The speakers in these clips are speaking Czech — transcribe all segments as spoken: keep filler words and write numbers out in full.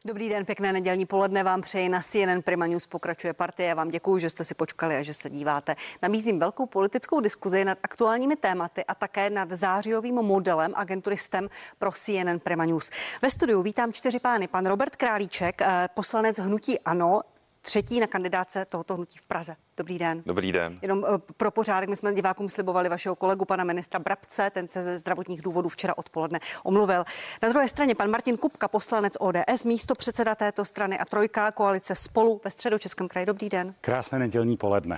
Dobrý den, pěkné nedělní poledne vám přeji. Na C N N Prima News pokračuje partie. Já vám děkuji, že jste si počkali a že se díváte. Nabízím velkou politickou diskuzi nad aktuálními tématy a také nad zářijovým modelem agentury S T E M pro C N N Prima News. Ve studiu vítám čtyři pány. Pan Robert Králíček, poslanec hnutí ANO, třetí na kandidáce tohoto hnutí v Praze. Dobrý den. Dobrý den. Jenom pro pořádek, my jsme divákům slibovali vašeho kolegu, pana ministra Brabce, ten se ze zdravotních důvodů včera odpoledne omluvil. Na druhé straně pan Martin Kupka, poslanec O D S, místo předseda této strany a trojka koalice Spolu ve Středočeském kraji. Dobrý den. Krásné nedělní poledne.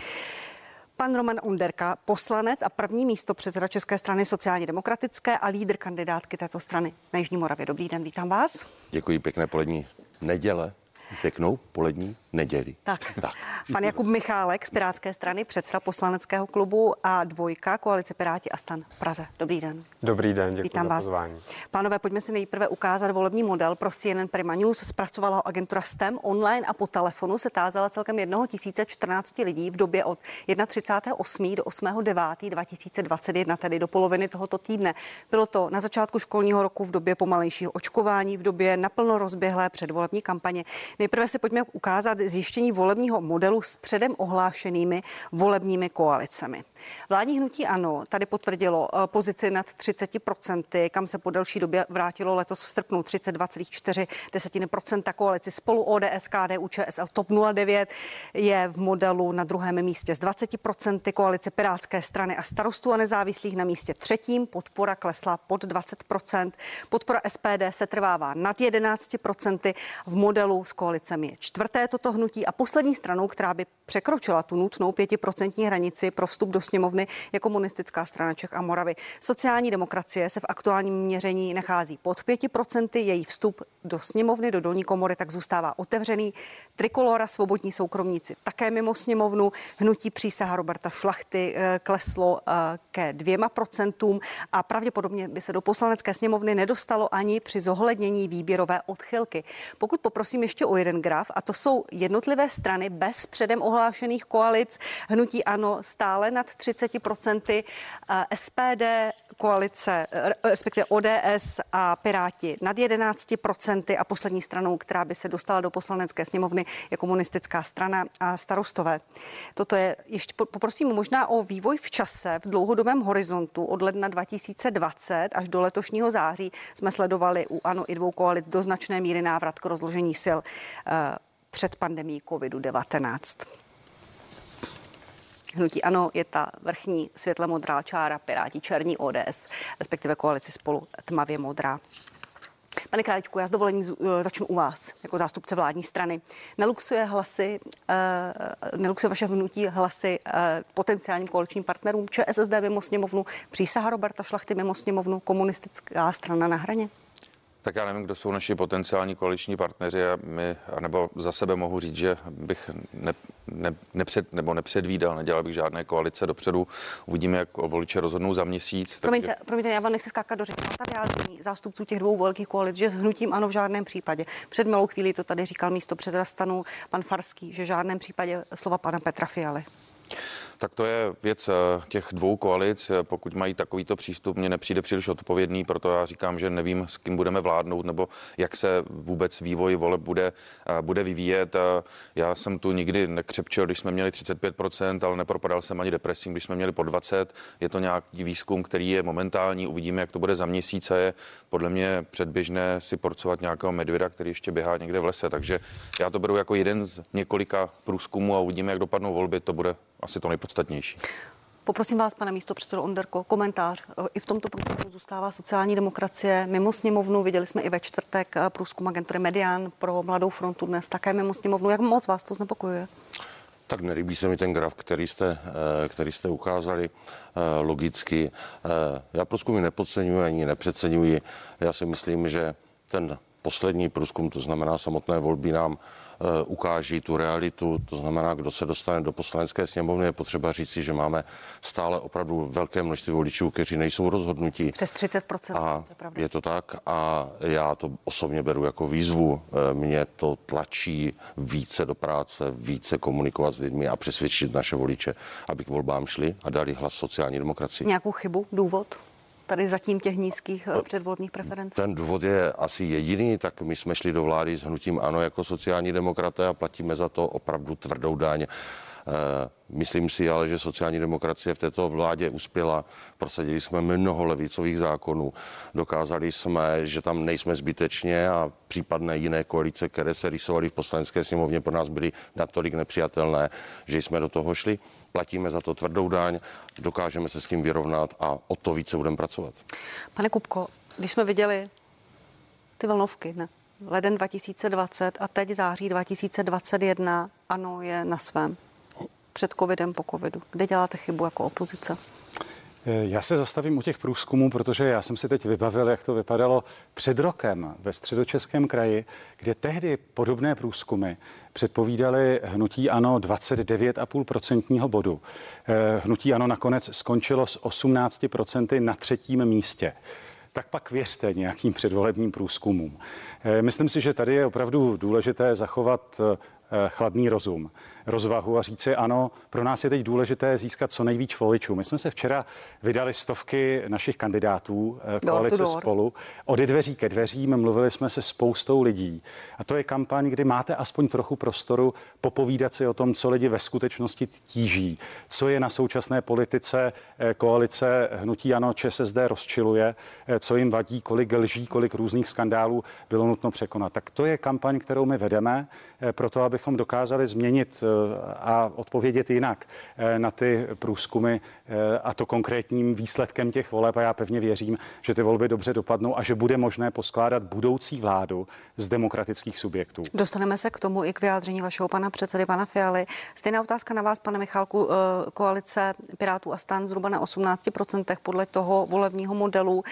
Pan Roman Onderka, poslanec a první místo předseda České strany sociálně demokratické a lídr kandidátky této strany na Jižní Moravě. Dobrý den, vítám vás. Děkuji, pěkné polední neděle. Pěknou polední neděli. Tak. tak. Pan Jakub Michálek z Pirátské strany, předseda poslaneckého klubu a dvojka koalice Piráti a STAN v Praze. Dobrý den. Dobrý den, děkuji Vítám za vás. pozvání. Pánové, pojďme si nejprve ukázat volební model pro C N N Prima News. Zpracovala ho agentura S T E M. Online a po telefonu se tázala celkem jednoho tisíce čtrnáct lidí v době od třicátého prvního osmého do osmého devátého dva tisíce dvacet jedna, tedy do poloviny tohoto týdne. Bylo to na začátku školního roku, v době pomalejšího očkování, v době naplno rozběhlé předvolební kampaně. Nejprve si pojďme ukázat zjištění volebního modelu s předem ohlášenými volebními koalicemi. Vládní hnutí ANO tady potvrdilo pozici nad třicet procent, kam se po delší době vrátilo letos v srpnu třicet dva celá čtyři procenta. Koalici Spolu, O D S, K D U Č S L, TOP nula devět je v modelu na druhém místě s dvaceti procenty. Koalice Pirátské strany a Starostů a nezávislých na místě třetím. Podpora klesla pod dvacet procent. Podpora S P D se trvává nad jedenácti procenty. V modelu s koalicemi je čtvrté toto hnutí a poslední stranou, která by překročila tu nutnou pětiprocentní hranici pro vstup do sněmovny, je Komunistická strana Čech a Moravy. Sociální demokracie se v aktuálním měření nachází pod pěti procenty. Její vstup do sněmovny, do dolní komory, tak zůstává otevřený. Trikolora, Svobodní soukromníci také mimo sněmovnu. Hnutí Přísaha Roberta Šlachty kleslo ke dvěma procentům a pravděpodobně by se do poslanecké sněmovny nedostalo ani při zohlednění výběrové odchylky. Pokud poprosím ještě o jeden graf, a to jsou jednotlivé strany bez předem ohlášených koalic. Hnutí ANO stále nad třiceti procenty, S P D, koalice, respektive O D S a Piráti nad jedenácti procenty a poslední stranou, která by se dostala do poslanecké sněmovny, je Komunistická strana a Starostové. Toto je, ještě poprosím možná o vývoj v čase, v dlouhodobém horizontu od ledna dva tisíce dvacet až do letošního září jsme sledovali u ANO i dvou koalic do značné míry návrat k rozložení sil před pandemií covidu devatenáct. Hnutí ANO je ta vrchní světle modrá čára, Piráti černí, O D S, respektive koalici Spolu tmavě modrá. Pane Králíčku, já s dovolením začnu u vás, jako zástupce vládní strany. Neluxuje hlasy, neluxuje vaše hnutí hlasy potenciálním koaličním partnerům ČSSD mimo sněmovnu, Přísaha Roberta Šlachty mimo sněmovnu, Komunistická strana na hraně? Tak já nevím, kdo jsou naši potenciální koaliční partneři a my, nebo za sebe mohu říct, že bych ne, ne, nepřed, nebo nepředvídal, nedělal bych žádné koalice dopředu. Uvidíme, jak voliče rozhodnou za měsíc. Promiňte, takže... promiňte, já vám nechci skákat do řeči. Ta vyjádření zástupců těch dvou velkých koalic, že s hnutím ANO v žádném případě. Před malou chvíli to tady říkal místo předseda STANu pan Farský, že v žádném případě slova pana Petra Fialy. Tak to je věc těch dvou koalic. Pokud mají takovýto přístup, mně nepřijde příliš odpovědný, proto já říkám, že nevím, s kým budeme vládnout nebo jak se vůbec vývoj voleb bude, bude vyvíjet. Já jsem tu nikdy nekřepčil, když jsme měli třicet pět procent, ale nepropadal jsem ani depresím, když jsme měli po dvacet. Je to nějaký výzkum, který je momentální. Uvidíme, jak to bude za měsíc a je podle mě předběžné si porcovat nějakého medvěda, který ještě běhá někde v lese. Takže já to beru jako jeden z několika průzkumů a uvidíme, jak dopadnou volby. To bude asi to nejpodstatnější. Poprosím vás, pane místopředsedo Onderko, komentář. I v tomto průzkumu zůstává sociální demokracie mimo sněmovnu. Viděli jsme i ve čtvrtek průzkum agentury Median pro Mladou frontu, dnes také mimo sněmovnu. Jak moc vás to znepokojuje? Tak nelíbí se mi ten graf, který jste, který jste ukázali logicky. Já průzkumy nepodceňuji ani nepřeceňuji. Já si myslím, že ten poslední průzkum, to znamená samotné volby, nám ukáží tu realitu, to znamená, kdo se dostane do poslanecké sněmovny. Je potřeba říci, že máme stále opravdu velké množství voličů, kteří nejsou rozhodnutí. Přes třicet procent. A je to tak a já to osobně beru jako výzvu. Mě to tlačí více do práce, více komunikovat s lidmi a přesvědčit naše voliče, aby k volbám šli a dali hlas sociální demokracii. Nějakou chybu, důvod? tady zatím těch nízkých předvolebních preferencí? Ten důvod je asi jediný, tak my jsme šli do vlády s hnutím ANO jako sociální demokraté a platíme za to opravdu tvrdou daň. Myslím si ale, že sociální demokracie v této vládě uspěla. Prosadili jsme mnoho levicových zákonů. Dokázali jsme, že tam nejsme zbytečně a případné jiné koalice, které se rýsovaly v poslanecké sněmovně, pro nás byly natolik nepřijatelné, že jsme do toho šli. Platíme za to tvrdou daň, dokážeme se s tím vyrovnat a o to více budeme pracovat. Pane Kupko, když jsme viděli ty vlnovky, ne? Leden dva tisíce dvacet a teď září dva tisíce dvacet jedna, ANO je na svém. Před covidem, po covidu. Kde děláte chybu jako opozice? Já se zastavím u těch průzkumů, protože já jsem si teď vybavil, jak to vypadalo před rokem ve Středočeském kraji, kde tehdy podobné průzkumy předpovídali hnutí ANO dvacet devět celá pět procentního bodu. Hnutí ANO nakonec skončilo s osmnáct procent na třetím místě. Tak pak věřte nějakým předvolebním průzkumům. Myslím si, že tady je opravdu důležité zachovat chladný rozum, rozvahu a říci ano, pro nás je teď důležité získat co nejvíc voličů. My jsme se včera vydali stovky našich kandidátů koalice Spolu. Ode dveří ke dveřím mluvili jsme se spoustou lidí. A to je kampaň, kdy máte aspoň trochu prostoru popovídat si o tom, co lidi ve skutečnosti tíží, co je na současné politice koalice hnutí ANO ČSSD rozčiluje, co jim vadí, kolik lží, kolik různých skandálů bylo nutno překonat. Tak to je kampaň, kterou my vedeme proto, abychom dokázali změnit a odpovědět jinak na ty průzkumy a to konkrétním výsledkem těch voleb. A já pevně věřím, že ty volby dobře dopadnou a že bude možné poskládat budoucí vládu z demokratických subjektů. Dostaneme se k tomu i k vyjádření vašeho pana předsedy, pana Fialy. Stejná otázka na vás, pane Michálku. Koalice Pirátů a STAN zhruba na osmnáct procent podle toho volebního modelu.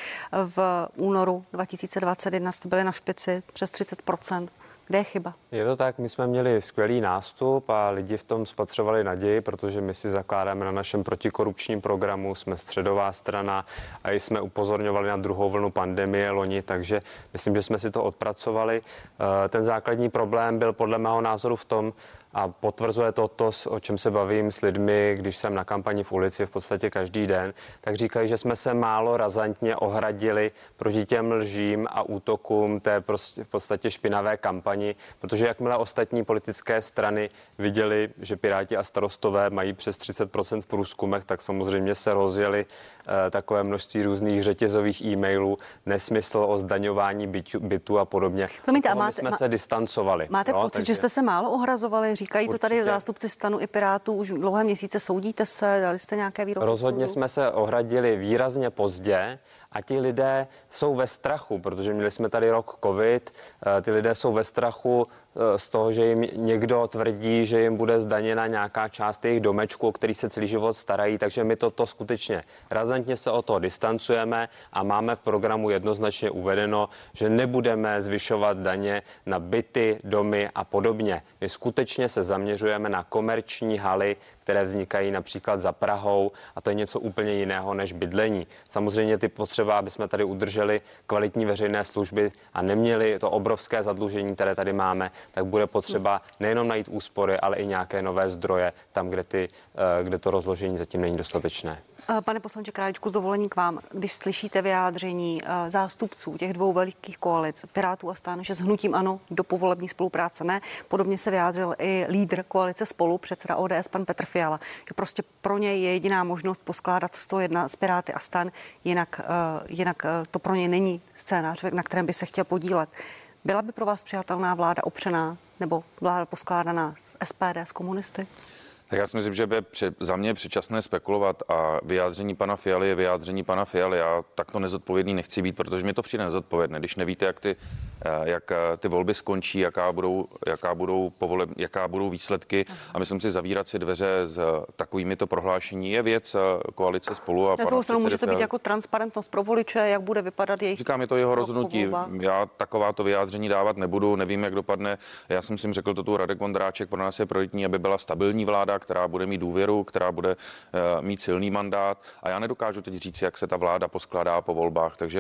V únoru dva tisíce dvacet jedna jste byli na špici přes třicet procent. Kde je chyba? Je to tak, my jsme měli skvělý nástup a lidi v tom spatřovali naději, protože my si zakládáme na našem protikorupčním programu, jsme středová strana a jsme upozorňovali na druhou vlnu pandemie loni, takže myslím, že jsme si to odpracovali. Ten základní problém byl podle mého názoru v tom, a potvrzuje to to, o čem se bavím s lidmi, když jsem na kampani v ulici v podstatě každý den, tak říkají, že jsme se málo razantně ohradili proti těm lžím a útokům té prostě v podstatě špinavé kampani, protože jakmile ostatní politické strany viděli, že Piráti a Starostové mají přes třicet procent v průzkumech, tak samozřejmě se rozjeli eh, takové množství různých řetězových e-mailů, nesmysl o zdaňování bytu, bytu a podobně. Promiňte, a máte, jsme se distancovali. Máte no, pocit, takže... že jste se málo ohrazovali? Říkají to tady zástupci STANu i Pirátů už dlouhé měsíce. Soudíte se? Dali jste nějaké výroky? Rozhodně jsme se ohradili výrazně pozdě a ti lidé jsou ve strachu, protože měli jsme tady rok covid, ty lidé jsou ve strachu z toho, že jim někdo tvrdí, že jim bude zdaněna nějaká část jejich domečku, o který se celý život starají, takže my toto skutečně razantně se o to distancujeme a máme v programu jednoznačně uvedeno, že nebudeme zvyšovat daně na byty, domy a podobně. My skutečně se zaměřujeme na komerční haly, které vznikají například za Prahou a to je něco úplně jiného než bydlení. Samozřejmě ty potřeba, aby jsme tady udrželi kvalitní veřejné služby a neměli to obrovské zadlužení, které tady máme, tak bude potřeba nejenom najít úspory, ale i nějaké nové zdroje tam, kde, ty, kde to rozložení zatím není dostatečné. Pane poslanče Králíčku, s dovolením k vám. Když slyšíte vyjádření zástupců těch dvou velikých koalic, Pirátů a STAN, že s hnutím ANO do povolební spolupráce ne, podobně se vyjádřil i lídr koalice Spolu, předseda O D S, pan Petr Fiala, že prostě pro něj je jediná možnost poskládat sto jedna z Piráty a STAN, jinak, jinak to pro něj není scénář, na kterém by se chtěl podílet. Byla by pro vás přijatelná vláda opřená nebo vláda poskládaná z S P D, z komunisty? Tak já si myslím, že by před, za mě předčasné spekulovat a vyjádření pana Fialy je vyjádření pana Fialy. Já takto nezodpovědný nechci být, protože mi to přijde nezodpovědné. Když nevíte, jak ty, jak ty volby skončí, jaká budou, jaká budou, povoleb, jaká budou výsledky. Aha. A myslím si, zavírat si dveře s takovými to prohlášení je věc koalice Spolu a pana předsedy Fialy. Může to být jako transparentnost pro voliče, jak bude vypadat jejich... Říkám, je to jeho rozhodnutí. Já takováto vyjádření dávat nebudu, nevím, jak dopadne. Já jsem si řekl to tu Radek Vondráček, pro nás je prioritní, aby byla stabilní vláda, která bude mít důvěru, která bude uh, mít silný mandát. A já nedokážu teď říct, jak se ta vláda poskládá po volbách, takže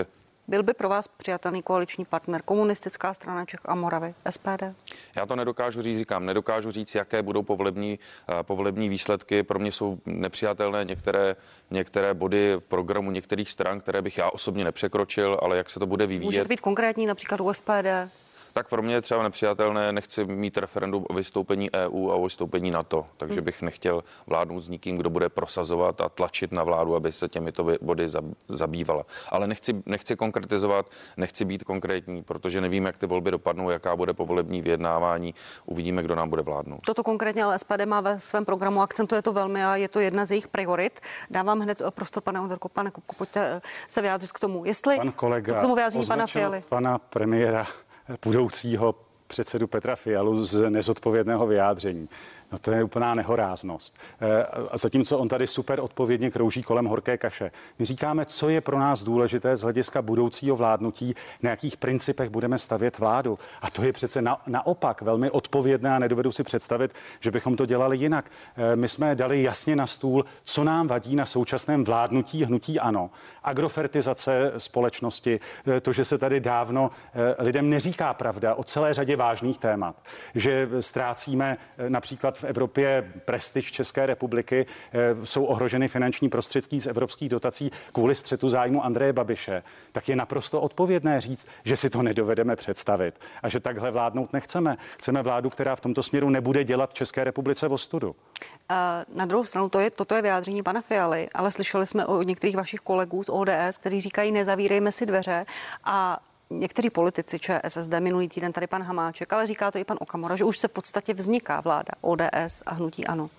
Byl by pro vás přijatelný koaliční partner Komunistická strana Čech a Moravy, S P D? Já to nedokážu říct, říkám, nedokážu říct, jaké budou povolební, povolební výsledky. Pro mě jsou nepřijatelné některé, některé body programu některých stran, které bych já osobně nepřekročil, ale jak se to bude vyvíjet. Můžete být konkrétní, například u S P D? Tak pro mě je třeba nepřijatelné, nechci mít referendum o vystoupení E U a o vystoupení NATO, takže bych nechtěl vládnout s nikým, kdo bude prosazovat a tlačit na vládu, aby se těmito body zabývala. Ale nechci, nechci konkretizovat, nechci být konkrétní, protože nevím, jak ty volby dopadnou, jaká bude povolební vyjednávání, uvidíme, kdo nám bude vládnout. Toto konkrétně ale S P D má ve svém programu, akcentuje to velmi a je to jedna z jejich priorit. Dávám hned prostor, pane Onderko, pane Kupku, pojďte se vyjádřit k tomu. Jestli Pan kolega k tomu vyjádření pana Fialy. Pana premiéra budoucího předsedu Petra Fialu z nezodpovědného vyjádření. No to je úplná nehoráznost. A zatímco on tady super odpovědně krouží kolem horké kaše. My říkáme, co je pro nás důležité z hlediska budoucího vládnutí, na jakých principech budeme stavět vládu. A to je přece na, naopak velmi odpovědné a nedovedu si představit, že bychom to dělali jinak. My jsme dali jasně na stůl, co nám vadí na současném vládnutí hnutí ANO. Agrofertizace společnosti, to, že se tady dávno lidem neříká pravda o celé řadě vážných témat, že ztrácíme například v Evropě prestiž České republiky, jsou ohroženy finanční prostředky z evropských dotací kvůli střetu zájmu Andreje Babiše, tak je naprosto odpovědné říct, že si to nedovedeme představit a že takhle vládnout nechceme. Chceme vládu, která v tomto směru nebude dělat České republice ostudu. Na druhou stranu, to je, toto je vyjádření pana Fialy, ale slyšeli jsme od některých vašich kolegů z O D S, kteří říkají, nezavírejme si dveře, a někteří politici ČSSD, minulý týden tady pan Hamáček, ale říká to i pan Okamura, že už se v podstatě vzniká vláda O D S a hnutí ANO.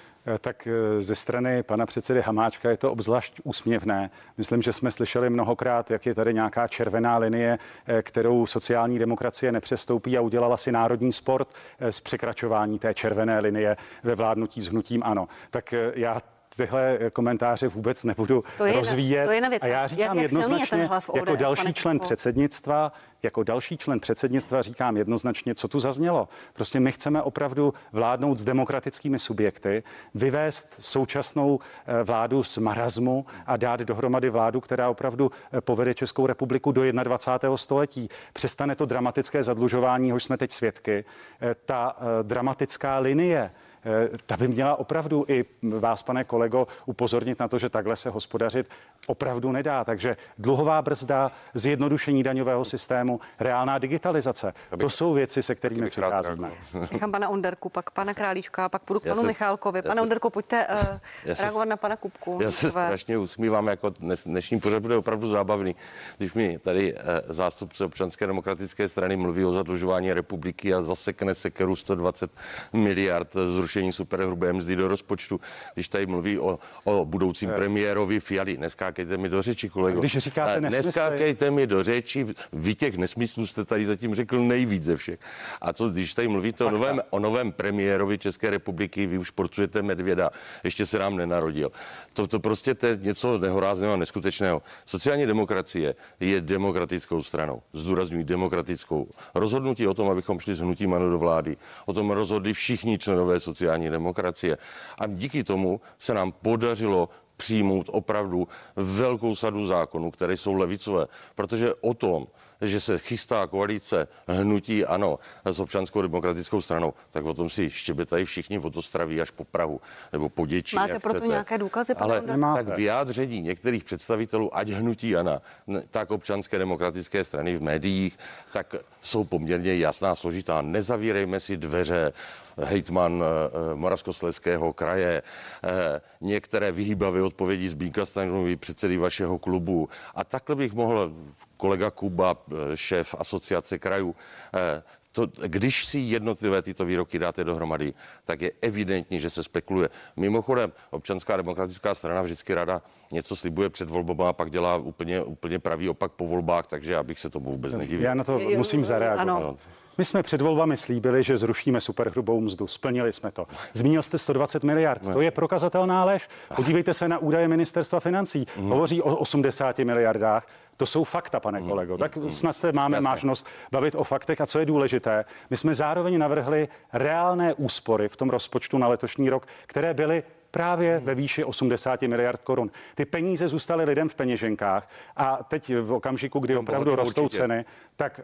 Tak ze strany pana předsedy Hamáčka je to obzvlášť úsměvné. Myslím, že jsme slyšeli mnohokrát, jak je tady nějaká červená linie, kterou sociální demokracie nepřestoupí, a udělala si národní sport z překračování té červené linie ve vládnutí s hnutím ANO. Tak já tyhle komentáře vůbec nebudu to je rozvíjet. To je na věc. A já říkám jak, jak jednoznačně, O D S, jako další člen Kupko? předsednictva, jako další člen předsednictva říkám jednoznačně, co tu zaznělo. Prostě my chceme opravdu vládnout s demokratickými subjekty, vyvést současnou vládu z marazmu a dát dohromady vládu, která opravdu povede Českou republiku do dvacátého prvního století. Přestane to dramatické zadlužování, hož jsme teď svědky. Ta dramatická linie, ta by měla opravdu i vás, pane kolego, upozornit na to, že takhle se hospodařit opravdu nedá. Takže dluhová brzda, zjednodušení daňového systému, reálná digitalizace. To jsou věci, se kterými přicházíme. Nechám pana Onderku, pak pana Králíčka, pak půjdu k panu se, Michálkovi. Pane Onderku, pojďte uh, reagovat se, na pana Kupku. Já se strašně usmívám, jako dnes, dnešní pořad bude opravdu zábavný. Když mi tady uh, zástupce Občanské demokratické strany mluví o zadlužování republiky a zasekne sekeru sto dvacet miliard zrušení superhrubé mzdy do rozpočtu, když tady mluví o, o budoucím premiérovi Fialy. Neskákejte mi do řeči, kolego. Když říkáte nesmysly. Neskákejte mi do řeči. Vy těch nesmyslů jste tady zatím řekl nejvíc ze všech. A co, když tady mluvíte o novém, o novém premiérovi České republiky, vy už porcujete medvěda, ještě se nám nenarodil. To, to prostě je něco nehorázného a neskutečného. Sociální demokracie je demokratickou stranou. Zdůrazňuji demokratickou. Rozhodnutí o tom, abychom šli s hnutím ANO do vlády, o tom rozhodli všichni členové sociální demokracie. A díky tomu se nám podařilo přijmout opravdu velkou sadu zákonů, které jsou levicové, protože o tom, že se chystá koalice hnutí ANO s Občanskou demokratickou stranou, tak o tom si štěbetají všichni od Ostravy až po Prahu nebo po Děčín. Máte proto chcete. nějaké důkazy? Ale tak vyjádření některých představitelů, ať hnutí ANO, tak Občanské demokratické strany v médiích, tak jsou poměrně jasná, složitá. Nezavírejme si dveře. Hejtman Moravskoslezského kraje, některé vyhýbavé odpovědi Zbyňka Stanjury, předsedy vašeho klubu. A takhle bych mohl, kolega Kuba, šéf asociace krajů, to, když si jednotlivé tyto výroky dáte dohromady, tak je evidentní, že se spekuluje. Mimochodem, Občanská demokratická strana vždycky ráda něco slibuje před volbama a pak dělá úplně, úplně pravý opak po volbách, takže já bych se tomu vůbec nedivil. Já na to musím zareagovat. Ano. My jsme před volbami slíbili, že zrušíme superhrubou mzdu. Splnili jsme to. Zmínil jste sto dvacet miliard. To je prokazatelná lež. Podívejte se na údaje ministerstva financí. Hovoří o osmdesáti miliardách. To jsou fakta, pane kolego. Tak snad se máme možnost bavit o faktech. A co je důležité, my jsme zároveň navrhli reálné úspory v tom rozpočtu na letošní rok, které byly právě ve výši osmdesát miliard korun. Ty peníze zůstaly lidem v peněženkách a teď v okamžiku, kdy opravdu rostou určitě. ceny, tak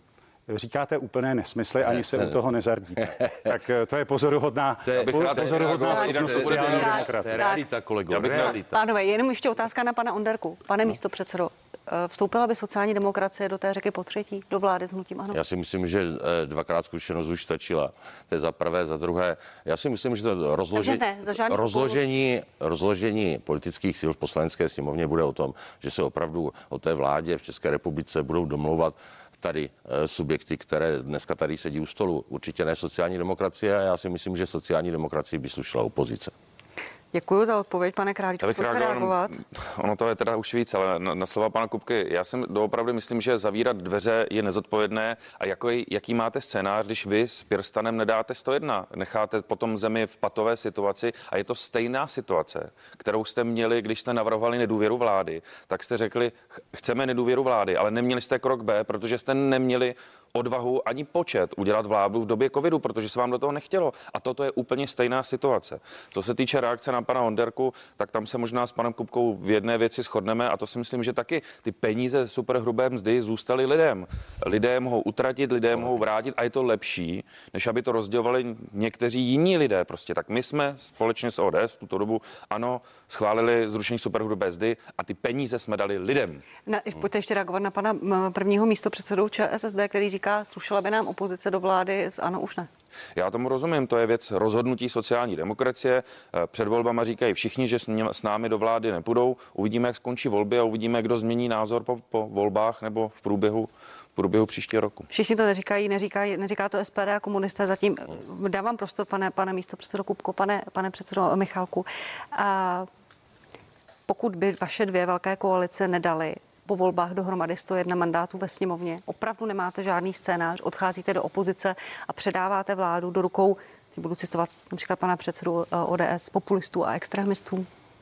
říkáte úplné nesmysly, ani se u toho nezardíte. Tak to je pozoruhodná, To je- po- rád pozoruhodná reagoval, schopnost jinak sociální budete- demokracie. To je realita, kolego. Já bych rád- realita. Pánové, jenom ještě otázka na pana Onderku. Pane no. místopředsedo, vstoupila by sociální demokracie do té řeky po třetí, do vlády s hnutím ANO? Já si myslím, že eh, dvakrát zkušenost už stačila. To je za prvé, za druhé. Já si myslím, že to rozložení, Takže ne, za žádných rozložení, rozložení politických sil v poslanecké sněmovně bude o tom, že se opravdu o té vládě v České republice budou domlouvat tady eh, subjekty, které dneska tady sedí u stolu. Určitě ne sociální demokracie a já si myslím, že sociální demokracii by slušela opozice. Děkuji za odpověď, pane Králíčku. Já bych Pojďte reagoval, reagovat. ono to je teda už víc, ale na, na slova pana Kupky, já si doopravdy myslím, že zavírat dveře je nezodpovědné a jako, jaký máte scénář, když vy s Pirstanem nedáte sto jedna, necháte potom zemi v patové situaci a je to stejná situace, kterou jste měli, když jste navrhovali nedůvěru vlády, tak jste řekli, ch- chceme nedůvěru vlády, ale neměli jste krok B, protože jste neměli odvahu ani počet udělat vládu v době covidu, protože se vám do toho nechtělo. A toto je úplně stejná situace. Co se týče reakce na pana Onderku, tak tam se možná s panem Kupkou v jedné věci shodneme a to si myslím, že taky ty peníze z superhrubé mzdy zůstaly lidem. Lidé mohou utratit, lidé mohou vrátit a je to lepší, než aby to rozdělovali někteří jiní lidé. Prostě tak my jsme společně s O D S v tuto dobu ano, schválili zrušení superhrubé mzdy a ty peníze jsme dali lidem. Na, pojďte ještě reagovat na pana m, prvního místopředsedu ČSSD, který říká, slušela by nám opozice do vlády, s ANO už ne. Já tomu rozumím, to je věc rozhodnutí sociální demokracie. Před volbama říkají všichni, že s námi do vlády nepůjdou. Uvidíme, jak skončí volby a uvidíme, kdo změní názor po, po volbách nebo v průběhu, v průběhu příštího roku. Všichni to neříkají, neříkají, neříká to S P D a komunisté. Zatím dávám prostor, pane, pane místopředsedo Kupko, pane, pane předsedo Michálku. A pokud by vaše dvě velké koalice nedaly po volbách dohromady sto jedna mandátů ve sněmovně, opravdu nemáte žádný scénář, odcházíte do opozice a předáváte vládu do rukou, budu citovat například pana předsedu O D S, populistů a extremistů?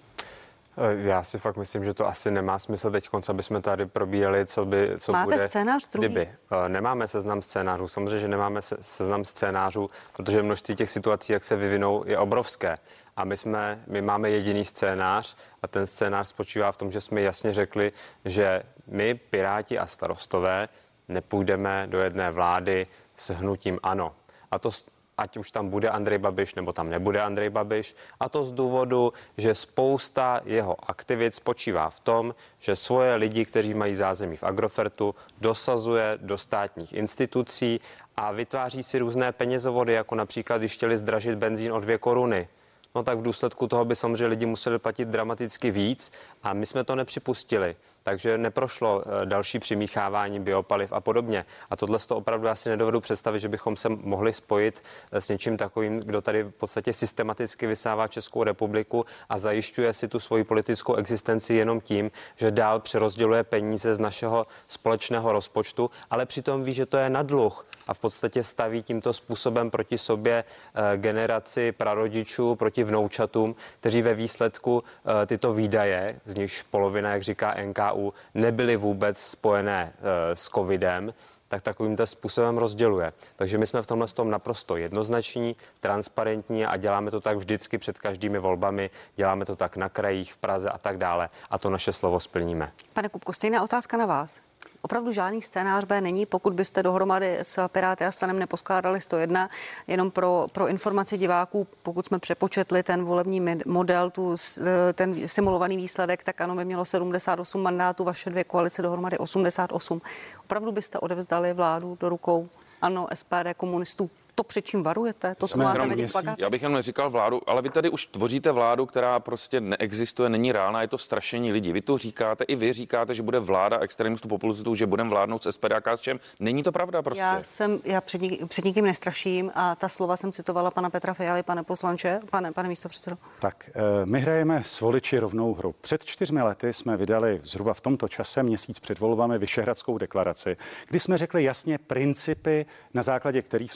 Já si fakt myslím, že to asi nemá smysl teď, aby jsme tady probíjeli, co by, co Máte bude. scénář druhý? Kdyby. Nemáme seznam scénářů. Samozřejmě, že nemáme se, seznam scénářů, protože množství těch situací, jak se vyvinou, je obrovské. A my jsme, my máme jediný scénář a ten scénář spočívá v tom, že jsme jasně řekli, že my, Piráti a Starostové, nepůjdeme do jedné vlády s hnutím ANO. A to ať už tam bude Andrej Babiš, nebo tam nebude Andrej Babiš. A to z důvodu, že spousta jeho aktivit spočívá v tom, že svoje lidi, kteří mají zázemí v Agrofertu, dosazuje do státních institucí a vytváří si různé penězovody, jako například, když chtěli zdražit benzín o dvě koruny. No tak v důsledku toho by samozřejmě lidi museli platit dramaticky víc a my jsme to nepřipustili. Takže neprošlo další přimíchávání biopaliv a podobně. A tohle to opravdu asi nedovedu představit, že bychom se mohli spojit s něčím takovým, kdo tady v podstatě systematicky vysává Českou republiku a zajišťuje si tu svoji politickou existenci jenom tím, že dál přerozděluje peníze z našeho společného rozpočtu, ale přitom ví, že to je na dluh a v podstatě staví tímto způsobem proti sobě generaci prarodičů, proti vnoučatům, kteří ve výsledku tyto výdaje, z nichž polovina, jak říká N K U, nebyly vůbec spojené s covidem, tak takovýmto způsobem rozděluje. Takže my jsme v tomhle tom naprosto jednoznační, transparentní a děláme to tak vždycky před každými volbami, děláme to tak na krajích, v Praze a tak dále a to naše slovo splníme. Pane Kupko, stejná otázka na vás. Opravdu žádný scénář B není, pokud byste dohromady s Piráty a Stanem neposkládali sto jedna. Jenom pro, pro informaci diváků, pokud jsme přepočetli ten volební model, tu, ten simulovaný výsledek, tak ANO by mělo sedmdesát osm mandátů, vaše dvě koalice dohromady osmdesát osm. Opravdu byste odevzdali vládu do rukou ANO, S P D, komunistů? To, před čím varujete? To, co máte na těch plakátech? Já bych jenom neříkal vládu, ale vy tady už tvoříte vládu, která prostě neexistuje, není reálná, je to strašení lidí. Vy to říkáte, i vy říkáte, že bude vláda extremistů, populistů, že budeme vládnout s S P D a K S Č M. Není to pravda prostě. Já jsem, já před, nik, před nikým nestraším a ta slova jsem citovala pana Petra Fialy, pane poslanče, pane, pane místopředsedo. Tak my hrajeme s voliči rovnou hru. Před čtyřmi lety jsme vydali zhruba v tomto čase, měsíc před volbami, Vyšehradskou deklaraci, kdy jsme řekli jasně principy, na základě kterých jsme připraveni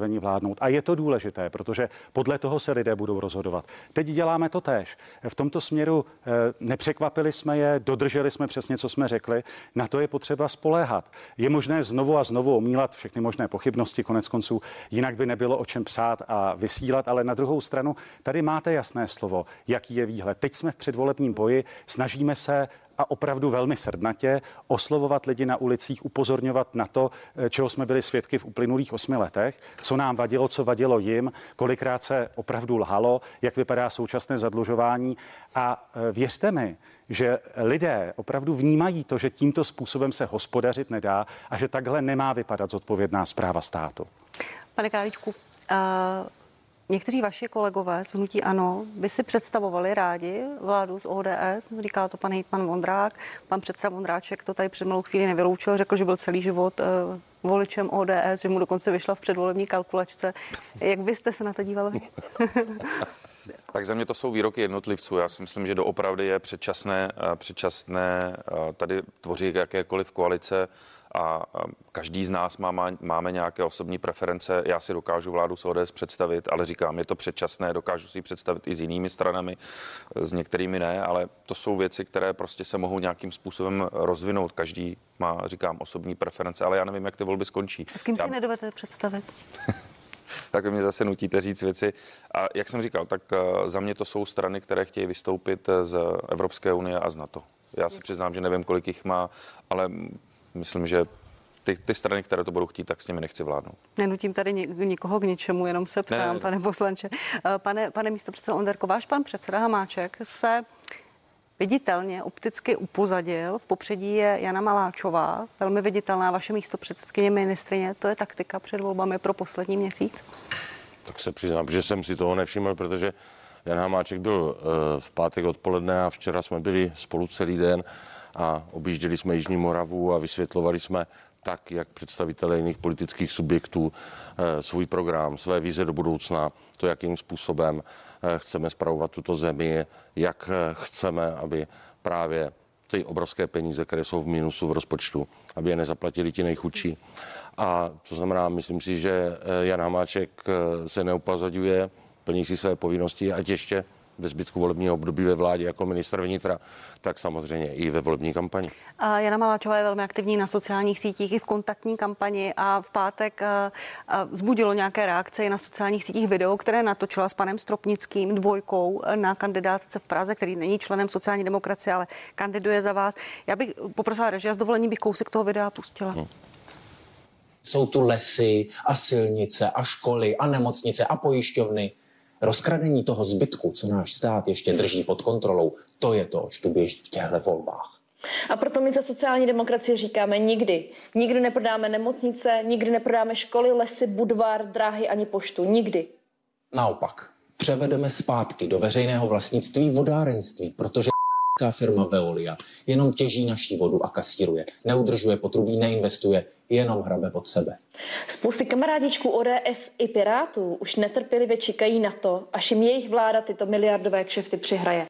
připraveni vládnout. A je to důležité, protože podle toho se lidé budou rozhodovat. Teď děláme to též. V tomto směru nepřekvapili jsme je, dodrželi jsme přesně, co jsme řekli. Na to je potřeba spoléhat. Je možné znovu a znovu omílat všechny možné pochybnosti, konec konců, jinak by nebylo o čem psát a vysílat, ale na druhou stranu tady máte jasné slovo, jaký je výhled. Teď jsme v předvolebním boji, snažíme se a opravdu velmi srdnatě oslovovat lidi na ulicích, upozorňovat na to, čeho jsme byli svědky v uplynulých osmi letech, co nám vadilo, co vadilo jim, kolikrát se opravdu lhalo, jak vypadá současné zadlužování. A věřte mi, že lidé opravdu vnímají to, že tímto způsobem se hospodařit nedá a že takhle nemá vypadat zodpovědná správa státu. Pane Králíčku, uh... někteří vaši kolegové z hnutí ANO by si představovali rádi vládu z O D S, říká to pan hejtman Vondrák, pan předseda Vondráček to tady před malou chvíli nevyloučil, řekl, že byl celý život uh, voličem O D S, že mu dokonce vyšla v předvolební kalkulačce. Jak byste se na to dívali? Tak za mě to jsou výroky jednotlivců. Já si myslím, že doopravdy je předčasné, předčasné tady tvořit jakékoliv koalice a každý z nás má, máme nějaké osobní preference. Já si dokážu vládu s O D S představit, ale říkám, je to předčasné, dokážu si ji představit i s jinými stranami, s některými ne, ale to jsou věci, které prostě se mohou nějakým způsobem rozvinout. Každý má, říkám, osobní preference, ale já nevím, jak ty volby skončí. A s kým si já... nedovedete představit? Tak vy mě zase nutíte říct věci. A jak jsem říkal, tak za mě to jsou strany, které chtějí vystoupit z Evropské unie a z NATO. Já se přiznám, že nevím, kolik jich má, ale myslím, že ty, ty strany, které to budou chtít, tak s nimi nechci vládnout. Nenutím tady nikoho k ničemu, jenom se ptám, ne, ne. pane poslanče. Pane, pane místopředsedo Onderko, váš pan předseda Hamáček se viditelně opticky upozadil. V popředí je Jana Maláčová, velmi viditelná, vaše místopředsedkyně ministryně. To je taktika před volbami pro poslední měsíc? Tak se přiznám, že jsem si toho nevšiml, protože Jan Hamáček byl v pátek odpoledne a včera jsme byli spolu celý den a objížděli jsme Jižní Moravu a vysvětlovali jsme tak, jak představitelé jiných politických subjektů svůj program, své vize do budoucna, to, jakým způsobem chceme spravovat tuto zemi, jak chceme, aby právě ty obrovské peníze, které jsou v minusu v rozpočtu, aby je nezaplatili ti nejchudší. A to znamená, myslím si, že Jan Hamáček se neupazaďuje, plní si své povinnosti, ať ještě ve zbytku volebního období ve vládě jako ministr vnitra, tak samozřejmě i ve volební kampani. A Jana Maláčová je velmi aktivní na sociálních sítích i v kontaktní kampani a v pátek vzbudilo nějaké reakce i na sociálních sítích video, které natočila s panem Stropnickým dvojkou na kandidátce v Praze, který není členem sociální demokracie, ale kandiduje za vás. Já bych poprosila režii, s dovolením bych kousek toho videa pustila. Hmm. Jsou tu lesy a silnice a školy a nemocnice a pojišťovny. Rozkradení toho zbytku, co náš stát ještě drží pod kontrolou, to je to, oč tu běží v těchto volbách. A proto my za sociální demokracii říkáme nikdy. Nikdy neprodáme nemocnice, nikdy neprodáme školy, lesy, Budvar, dráhy ani poštu. Nikdy. Naopak, převedeme zpátky do veřejného vlastnictví vodárenství, protože firma Veolia jenom těží naší vodu a kasíruje. Neudržuje potrubí, neinvestuje, jenom hrabe pod sebe. Spousty kamarádičků O D S i Pirátů už netrpělivě čekají na to, až jim jejich vláda tyto miliardové kšefty přihraje.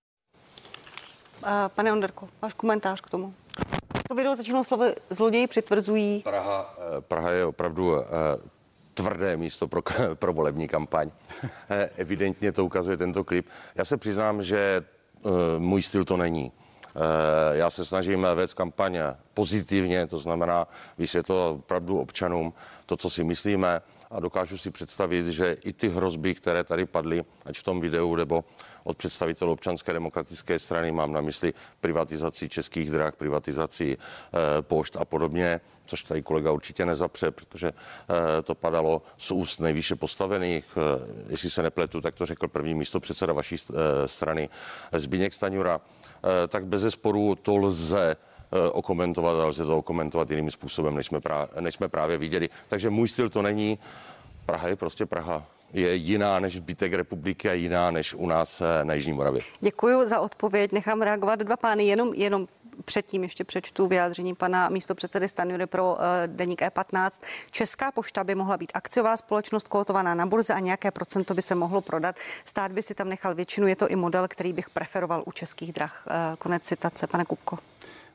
Pane Onderko, váš komentář k tomu. To video začínalo slovy zloději přitvrzují. Praha, Praha je opravdu tvrdé místo pro, pro volební kampaň. Evidentně to ukazuje tento klip. Já se přiznám, že můj styl to není. Já se snažím vést kampaň pozitivně, to znamená vysvětlovat opravdu občanům to, co si myslíme, a dokážu si představit, že i ty hrozby, které tady padly, ať v tom videu nebo od představitelů Občanské demokratické strany, mám na mysli privatizaci Českých drah, privatizaci e, pošt a podobně, což tady kolega určitě nezapře, protože e, to padalo z úst nejvýše postavených. E, jestli se nepletu, tak to řekl první místopředseda vaší e, strany Zbyněk Stanjura. E, tak bezesporu to lze okomentovat, ale lze to okomentovat jiným způsobem, než jsme, právě, než jsme právě viděli. Takže můj styl to není. Praha je prostě Praha. Je jiná než zbytek republiky a jiná než u nás na Jižní Moravě. Děkuji za odpověď. Nechám reagovat dva pány. Jenom, jenom předtím ještě přečtu vyjádření pana místopředsedy Stanjury pro uh, deník E patnáct. Česká pošta by mohla být akciová společnost kotovaná na burze a nějaké procento by se mohlo prodat. Stát by si tam nechal většinu. Je to i model, který bych preferoval u Českých drah. Uh, konec citace. Pane Kupko.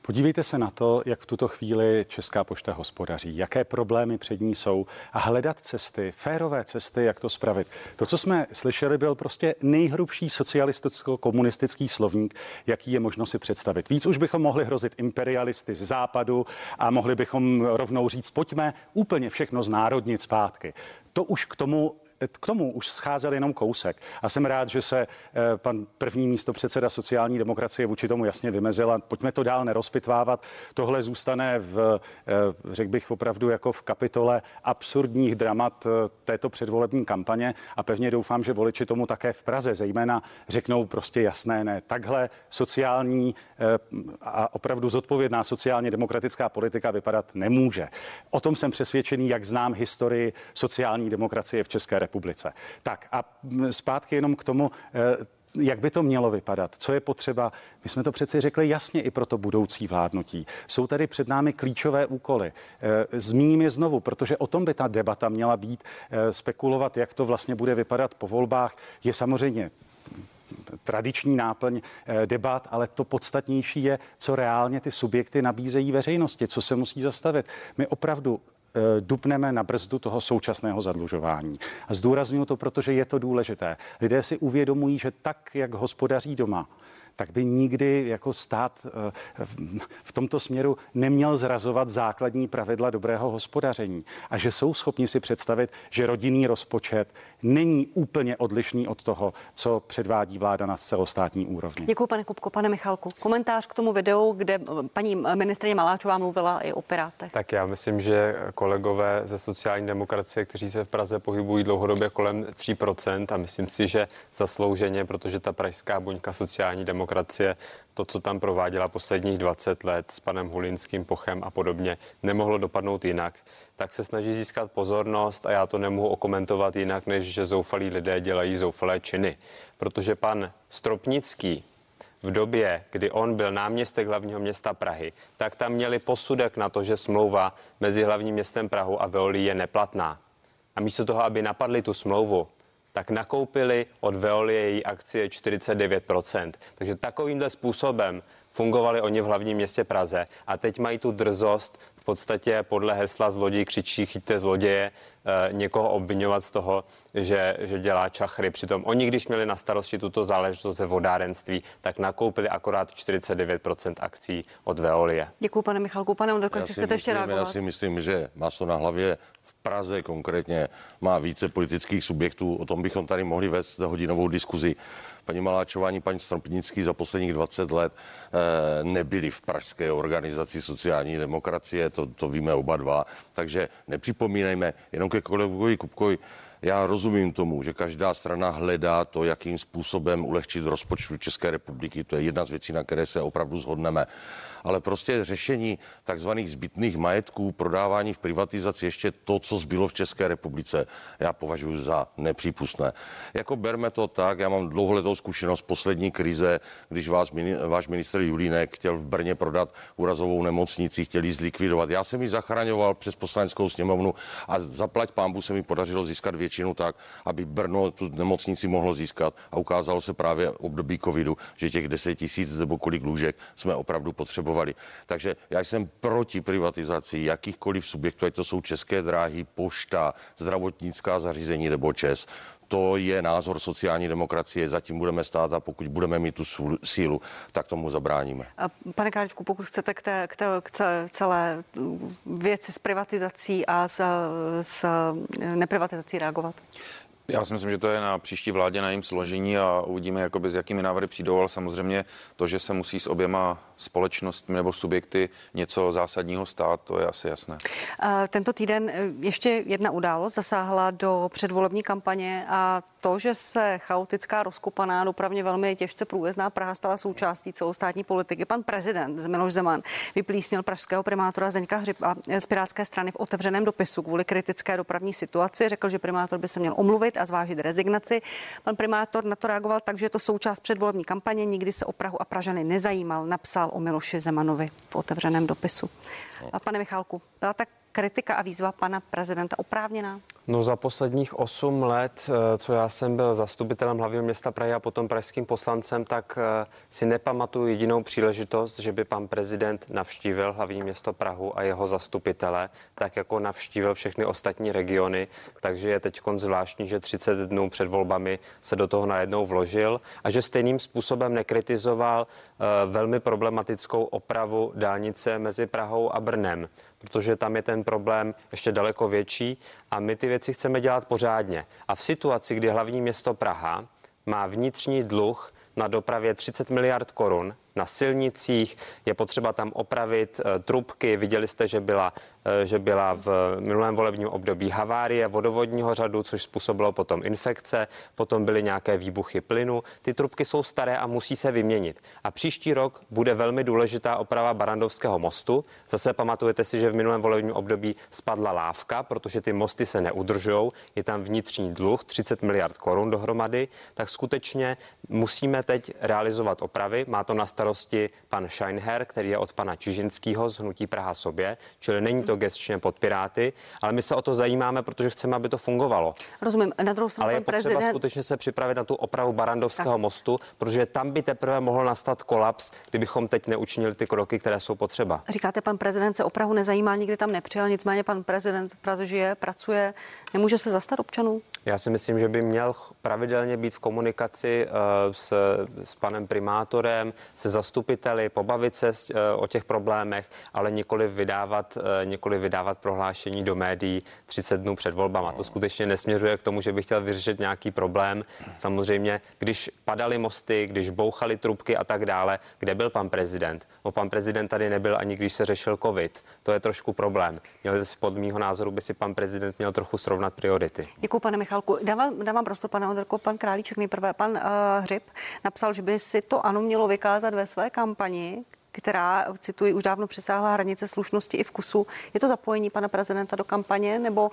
Podívejte se na to, jak v tuto chvíli Česká pošta hospodaří, jaké problémy před ní jsou a hledat cesty, férové cesty, jak to spravit. To, co jsme slyšeli, byl prostě nejhrubší socialisticko-komunistický slovník, jaký je možno si představit. Víc už bychom mohli hrozit imperialisty z západu a mohli bychom rovnou říct, pojďme úplně všechno znárodnit zpátky. To už k tomu, k tomu už scházel jenom kousek. A jsem rád, že se pan první místopředseda sociální demokracie vůči tomu jasně vymezil a pojďme to dál nerozpitvávat. Tohle zůstane v, řekl bych opravdu jako v kapitole absurdních dramat této předvolební kampaně a pevně doufám, že voliči tomu také v Praze zejména řeknou prostě jasné ne. Takhle sociální a opravdu zodpovědná sociálně demokratická politika vypadat nemůže. O tom jsem přesvědčený, jak znám historii sociální demokracie v České republice. Tak a zpátky jenom k tomu, jak by to mělo vypadat, co je potřeba. My jsme to přeci řekli jasně i pro to budoucí vládnutí. Jsou tady před námi klíčové úkoly. Zmíním je znovu, protože o tom by ta debata měla být. Spekulovat, jak to vlastně bude vypadat po volbách, je samozřejmě tradiční náplň debat, ale to podstatnější je, co reálně ty subjekty nabízejí veřejnosti, co se musí zastavit. My opravdu dupneme na brzdu toho současného zadlužování. A zdůraznuju to, protože je to důležité. Lidé si uvědomují, že tak, jak hospodaří doma, tak by nikdy jako stát v tomto směru neměl zrazovat základní pravidla dobrého hospodaření. A že jsou schopni si představit, že rodinný rozpočet není úplně odlišný od toho, co předvádí vláda na celostátní úrovni. Děkuji, pane Kupko. Pane Michalku, komentář k tomu videu, kde paní ministryně Maláčová mluvila i o Pirátech. Tak já myslím, že kolegové ze sociální demokracie, kteří se v Praze pohybují dlouhodobě kolem tří procent a myslím si, že zaslouženě, protože ta pražská buňka sociální demokracie demokracie, to, co tam prováděla posledních dvacet let s panem Hulinským, Pochem a podobně, nemohlo dopadnout jinak, tak se snaží získat pozornost a já to nemohu okomentovat jinak, než že zoufalí lidé dělají zoufalé činy. Protože pan Stropnický v době, kdy on byl náměstek hlavního města Prahy, tak tam měli posudek na to, že smlouva mezi hlavním městem Prahu a Veolií je neplatná. A místo toho, aby napadli tu smlouvu, tak nakoupili od Veolie její akcie čtyřicet devět procent. Takže takovýmhle způsobem fungovali oni v hlavním městě Praze a teď mají tu drzost v podstatě podle hesla zloděj křičí chyťte zloděje, e, někoho obvinovat z toho, že, že dělá čachry. Přitom oni, když měli na starosti tuto záležitost ve vodárenství, tak nakoupili akorát čtyřicet devět procent akcí od Veolie. Děkuji, pane Michalku. Pane Ondrko, jestli chcete ještě reagovat. Já si myslím, že maso na hlavě v Praze konkrétně má více politických subjektů. O tom bychom tady mohli vést hodinovou diskuzi. Paní Maláčová ani paní Stropnický za posledních dvacet let e, nebyli v pražské organizaci sociální demokracie, to, to víme oba dva. Takže nepřipomínejme, jenom ke kolegovi Kupkovi, já rozumím tomu, že každá strana hledá to, jakým způsobem ulehčit rozpočtu České republiky. To je jedna z věcí, na které se opravdu shodneme. Ale prostě řešení takzvaných zbytných majetků, prodávání v privatizaci, ještě to, co zbylo v České republice, já považuji za nepřípustné. Jako berme to tak, já mám dlouholetou zkušenost poslední krize, když vás, váš ministr Julínek chtěl v Brně prodat úrazovou nemocnici, chtěl ji zlikvidovat. Já jsem ji zachraňoval přes poslaneckou sněmovnu a zaplať pánbu se mi podařilo získat většinu tak, aby Brno tu nemocnici mohlo získat a ukázalo se právě v období covidu, že těch deset tisíc nebo kolik lůžek jsme opravdu potřebovali. Takže já jsem proti privatizaci jakýchkoliv subjektů, ať to jsou České dráhy, pošta, zdravotnická zařízení nebo ČES. To je názor sociální demokracie, zatím budeme stát a pokud budeme mít tu sílu, tak tomu zabráníme. Pane Králíčku, pokud chcete k, té, k, té, k celé věci s privatizací a s, s neprivatizací reagovat? Já si myslím, že to je na příští vládě, na jejím složení a uvidíme, jakoby, s jakými návrhy přijdou, ale samozřejmě to, že se musí s oběma společnostmi nebo subjekty něco zásadního stát, to je asi jasné. Tento týden ještě jedna událost zasáhla do předvolební kampaně a to, že se chaotická, rozkopaná, dopravně velmi těžce průjezdná Praha stala součástí celostátní politiky. Pan prezident Miloš Zeman vyplísnil pražského primátora Zdeňka Hřiba z Pirátské strany v otevřeném dopisu kvůli kritické dopravní situaci. Řekl, že primátor by se měl omluvit a zvážit rezignaci. Pan primátor na to reagoval tak, že je to součást předvolební kampaně, nikdy se o Prahu a Pražany nezajímal, napsal o Miloši Zemanovi v otevřeném dopisu. A pane Michálku, byla tak kritika a výzva pana prezidenta oprávněná? No za posledních osm let, co já jsem byl zastupitelem hlavního města Prahy a potom pražským poslancem, tak si nepamatuju jedinou příležitost, že by pan prezident navštívil hlavní město Prahu a jeho zastupitele, tak jako navštívil všechny ostatní regiony. Takže je teď zvláštní, že třicet dnů před volbami se do toho najednou vložil a že stejným způsobem nekritizoval velmi problematickou opravu dálnice mezi Prahou a Brnem, protože tam je ten problém ještě daleko větší a my ty věci chceme dělat pořádně. A v situaci, kdy hlavní město Praha má vnitřní dluh na dopravě třicet miliard korun, na silnicích, je potřeba tam opravit e, trubky. Viděli jste, že byla, e, že byla v minulém volebním období havárie vodovodního řadu, což způsobilo potom infekce, potom byly nějaké výbuchy plynu. Ty trubky jsou staré a musí se vyměnit. A příští rok bude velmi důležitá oprava Barrandovského mostu. Zase pamatujete si, že v minulém volebním období spadla lávka, protože ty mosty se neudržují. Je tam vnitřní dluh třicet miliard korun dohromady, tak skutečně musíme teď realizovat opravy. Má to na starosti pan Scheinher, který je od pana Čižinského z hnutí Praha sobě, čili není to gesčně pod Piráty, ale my se o to zajímáme, protože chceme, aby to fungovalo. Rozumím. Na druhou stranu, ale je pan potřeba prezident... skutečně se připravit na tu opravu Barrandovského mostu, protože tam by teprve mohl nastat kolaps, kdybychom teď neučinili ty kroky, které jsou potřeba. Říkáte, pan prezident se opravu nezajímá, nikdy tam nepřijel, nicméně pan prezident v Praze žije, pracuje, nemůže se zastat občanů? Já si myslím, že by měl pravidelně být v komunikaci uh, s, s panem primátorem, se zastupiteli, pobavit se uh, o těch problémech, ale nikoli vydávat, uh, nikoli vydávat prohlášení do médií třicet dnů před volbama. To skutečně nesměřuje k tomu, že by chtěl vyřešit nějaký problém. Samozřejmě, když padaly mosty, když bouchaly trubky a tak dále, kde byl pan prezident? O pan prezident tady nebyl ani když se řešil covid. To je trošku problém. Měl si, pod mýho názoru by si pan prezident měl trochu srovnat priority. Děkuji, pane Michálku. Dávám, dávám prostor, pane Onderko, pan Králíček nejprve. Pan uh, Hřib napsal, že by si to ANO mělo vykázat ve své kampani, která, cituji, už dávno přesáhla hranice slušnosti i vkusu. Je to zapojení pana prezidenta do kampaně nebo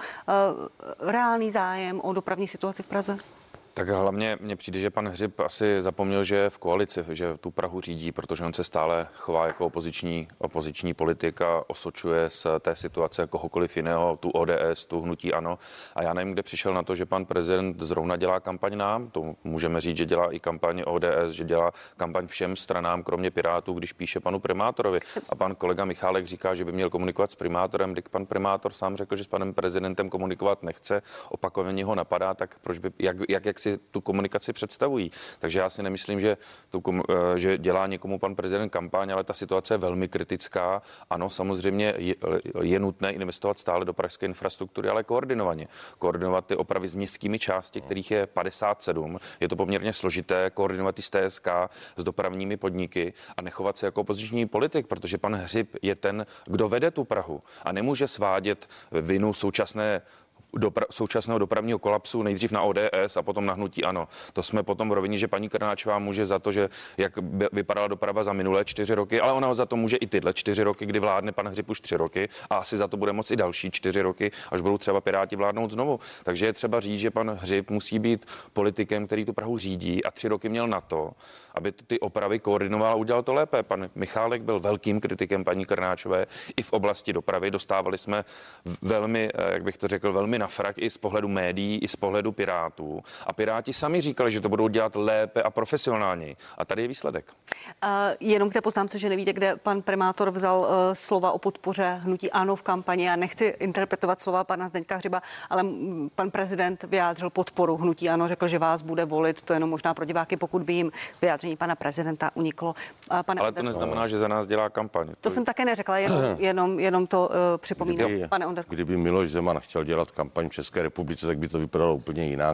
uh, reálný zájem o dopravní situaci v Praze? Tak hlavně mně přijde, že pan Hřib asi zapomněl, že je v koalici, že tu Prahu řídí, protože on se stále chová jako opoziční, opoziční politik a osočuje z té situace kohokoliv jiného, tu O D S, tu hnutí ANO. A já nevím, kde přišel na to, že pan prezident zrovna dělá kampaň nám. To můžeme říct, že dělá i kampaň O D S, že dělá kampaň všem stranám, kromě Pirátů, když píše panu primátorovi. A pan kolega Michálek říká, že by měl komunikovat s primátorem. Když pan primátor sám řekl, že s panem prezidentem komunikovat nechce, opakovaně ho napadá, tak proč by, jak, jak, jak si tu komunikaci představují. Takže já si nemyslím, že, tu, že dělá někomu pan prezident kampaň, ale ta situace je velmi kritická. Ano, samozřejmě je, je nutné investovat stále do pražské infrastruktury, ale koordinovaně. Koordinovat ty opravy s městskými části, kterých je padesát sedm. Je to poměrně složité, koordinovat i s T S K, s dopravními podniky a nechovat se jako opoziční politik, protože pan Hřib je ten, kdo vede tu Prahu a nemůže svádět vinu současné Dopra- současného dopravního kolapsu nejdřív na O D S a potom na hnutí ANO. To jsme potom v rovině, že paní Krnáčová může za to, že jak by vypadala doprava za minulé čtyři roky, ale ona za to může i tyhle čtyři roky, kdy vládne pan Hřib už tři roky a asi za to bude moci i další čtyři roky, až budou třeba Piráti vládnout znovu. Takže je třeba říct, že pan Hřib musí být politikem, který tu Prahu řídí a tři roky měl na to, aby ty opravy koordinoval a udělal to lépe. Pan Michálek byl velkým kritikem paní Krnáčové i v oblasti dopravy. Dostávali jsme velmi, jak bych to řekl, velmi na frak i z pohledu médií, i z pohledu Pirátů. A Piráti sami říkali, že to budou dělat lépe a profesionálněji. A tady je výsledek. Uh, jenom k té poznámce, že nevíte, kde pan primátor vzal uh, slova o podpoře hnutí ANO v kampani. Já nechci interpretovat slova pana Zdeňka Hřiba, ale m, pan prezident vyjádřil podporu hnutí ANO, řekl, že vás bude volit. To jenom možná pro diváky, pokud by jim vyjádření pana prezidenta uniklo. Uh, pane ale to neznamená, že za nás dělá kampaň. To, to jsem také neřekla, jenom, jenom, jenom to uh, připomínám. Kdyby, pane Onderko. Kdyby Miloš Zeman chtěl dělat kampaň v České republice, tak by to vypadalo úplně jinak.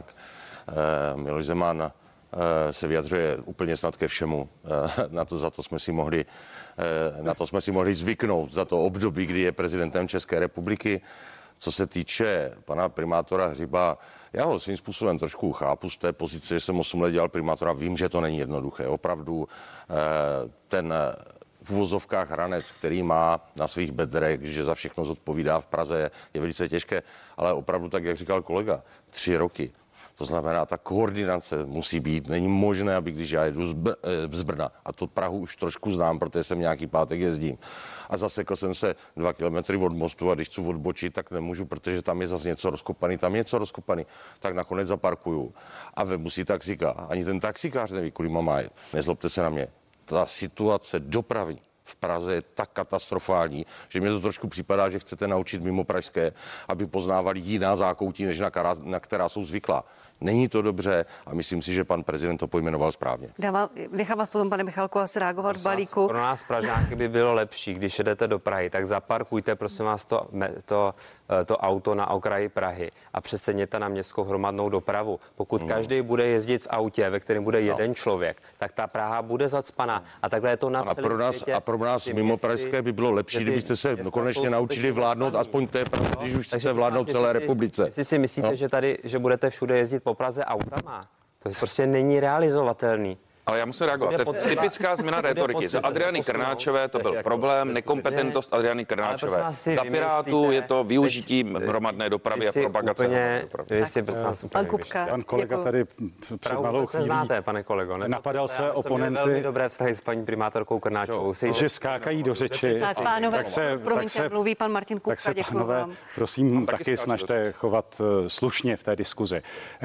Eh, Miloš Zeman eh, se vyjadřuje úplně snad ke všemu. Eh, na to za to jsme si mohli, eh, na to jsme si mohli zvyknout za to období, kdy je prezidentem České republiky. Co se týče pana primátora Hřiba, já ho svým způsobem trošku chápu z té pozice, že jsem osm let dělal primátora. Vím, že to není jednoduché. Opravdu eh, ten v uvozovkách hranec, který má na svých bedrech, že za všechno zodpovídá v Praze, je velice těžké, ale opravdu tak, jak říkal kolega, tři roky. To znamená, ta koordinace musí být. Není možné, aby když já jedu z, Br- z Brna, a to Prahu už trošku znám, protože jsem nějaký pátek jezdím, a zasekl jsem se dva kilometry od mostu a když chci odbočit, tak nemůžu, protože tam je zase něco rozkopaný, tam je něco rozkopaný, tak nakonec zaparkuju a vemu si taxíka. Ani ten taxikář neví, kolik má jet. Nezlobte se na mě. Ta situace dopravní v Praze je tak katastrofální, že mě to trošku připadá, že chcete naučit mimo pražské, aby poznávali jiná zákoutí, než na, která, na která jsou zvyklá. Není to dobře a myslím si, že pan prezident to pojmenoval správně. Dávám, nechám vás potom, pane Michalku, asi reagovat v balíku. Pro nás Pražáky by bylo lepší, když jedete do Prahy, tak zaparkujte, prosím vás, to, to, to auto na okraji Prahy a přesedněte na městskou hromadnou dopravu. Pokud hmm. každý bude jezdit v autě, ve kterém bude jeden no. člověk, tak ta Praha bude zacpaná. A takhle je to na celém pro nás, světě. A pro nás mimo pražské by bylo lepší, kdybyste se konečně naučili vládnout aspoň té Prahy, když už chcete vládnout celé republice. Jestli si myslíte, no. že tady, že budete všude jezdit po Praze autama, to prostě není realizovatelný. Ale já musím reagovat. To je typická změna rétoriky. Za Adriany Krnáčové to byl problém, nekompetentnost Adriany Krnáčové. Za Pirátů je to využití hromadné dopravy a propagace hromadné dopravy. Pan Kupka. Pan kolega tady před malou chvílí znáte, pane kolego. Napadal své oponenty. Velmi dobré vztahy s paní primátorkou Krnáčovou. Že skákají do řeči. Tak pánové, promiňte, mluví pan Martin Kupka, děkuji vám. Prosím, taky snažte chovat slušně v té diskuzi.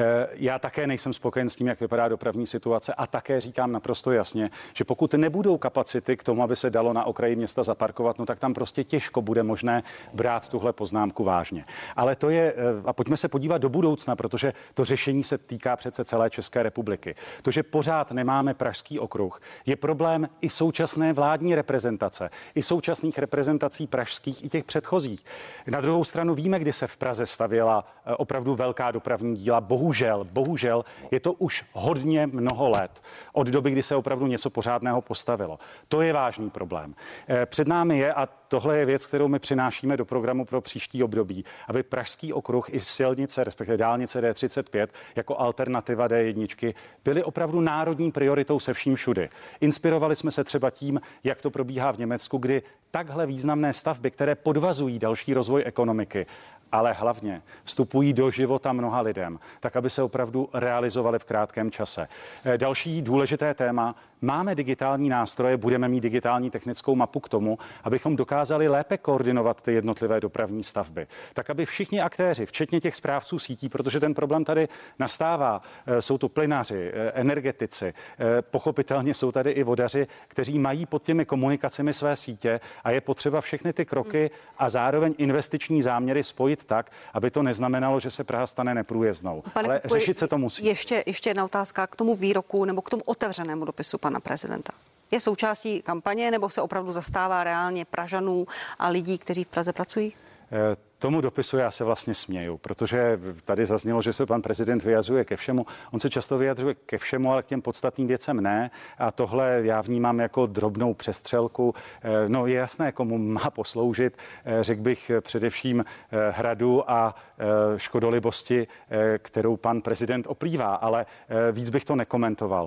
Já také nejsem spokojen s tím, jak vypadá dopravní situace a také říkám naprosto jasně, že pokud nebudou kapacity k tomu, aby se dalo na okraji města zaparkovat, no tak tam prostě těžko bude možné brát tuhle poznámku vážně. Ale to je, a pojďme se podívat do budoucna, protože to řešení se týká přece celé České republiky. To, že pořád nemáme Pražský okruh, je problém i současné vládní reprezentace, i současných reprezentací pražských, i těch předchozích. Na druhou stranu víme, kdy se v Praze stavěla opravdu velká dopravní díla. Bohužel, bohužel je to už hodně mnoho let od doby, kdy se opravdu něco pořádného postavilo. To je vážný problém. Před námi je, a tohle je věc, kterou my přinášíme do programu pro příští období, aby Pražský okruh i silnice, respektive dálnice D třicet pět jako alternativa D jedna byly opravdu národní prioritou se vším všudy. Inspirovali jsme se třeba tím, jak to probíhá v Německu, kdy takhle významné stavby, které podvazují další rozvoj ekonomiky, ale hlavně vstupují do života mnoha lidem, tak aby se opravdu realizovaly v krátkém čase. Další důležité téma, máme digitální nástroje, budeme mít digitální technickou mapu k tomu, abychom dokázali lépe koordinovat ty jednotlivé dopravní stavby. Tak, aby všichni aktéři, včetně těch správců sítí, protože ten problém tady nastává, jsou to plynaři, energetici, pochopitelně jsou tady i vodaři, kteří mají pod těmi komunikacemi své sítě a je potřeba všechny ty kroky a zároveň investiční záměry spojit tak, aby to neznamenalo, že se Praha stane neprůjezdnou. Pane Ale Kupko, řešit se to musí. Ještě, ještě jedna otázka k tomu výroku nebo k tomu otevřenému dopisu pana prezidenta. Je součástí kampaně nebo se opravdu zastává reálně Pražanů a lidí, kteří v Praze pracují? E- Tomu dopisu já se vlastně směju, protože tady zaznělo, že se pan prezident vyjadřuje ke všemu. On se často vyjadřuje ke všemu, ale k těm podstatným věcem ne. A tohle já vnímám jako drobnou přestřelku. No je jasné, komu má posloužit, řekl bych především hradu a škodolibosti, kterou pan prezident oplývá, ale víc bych to nekomentoval.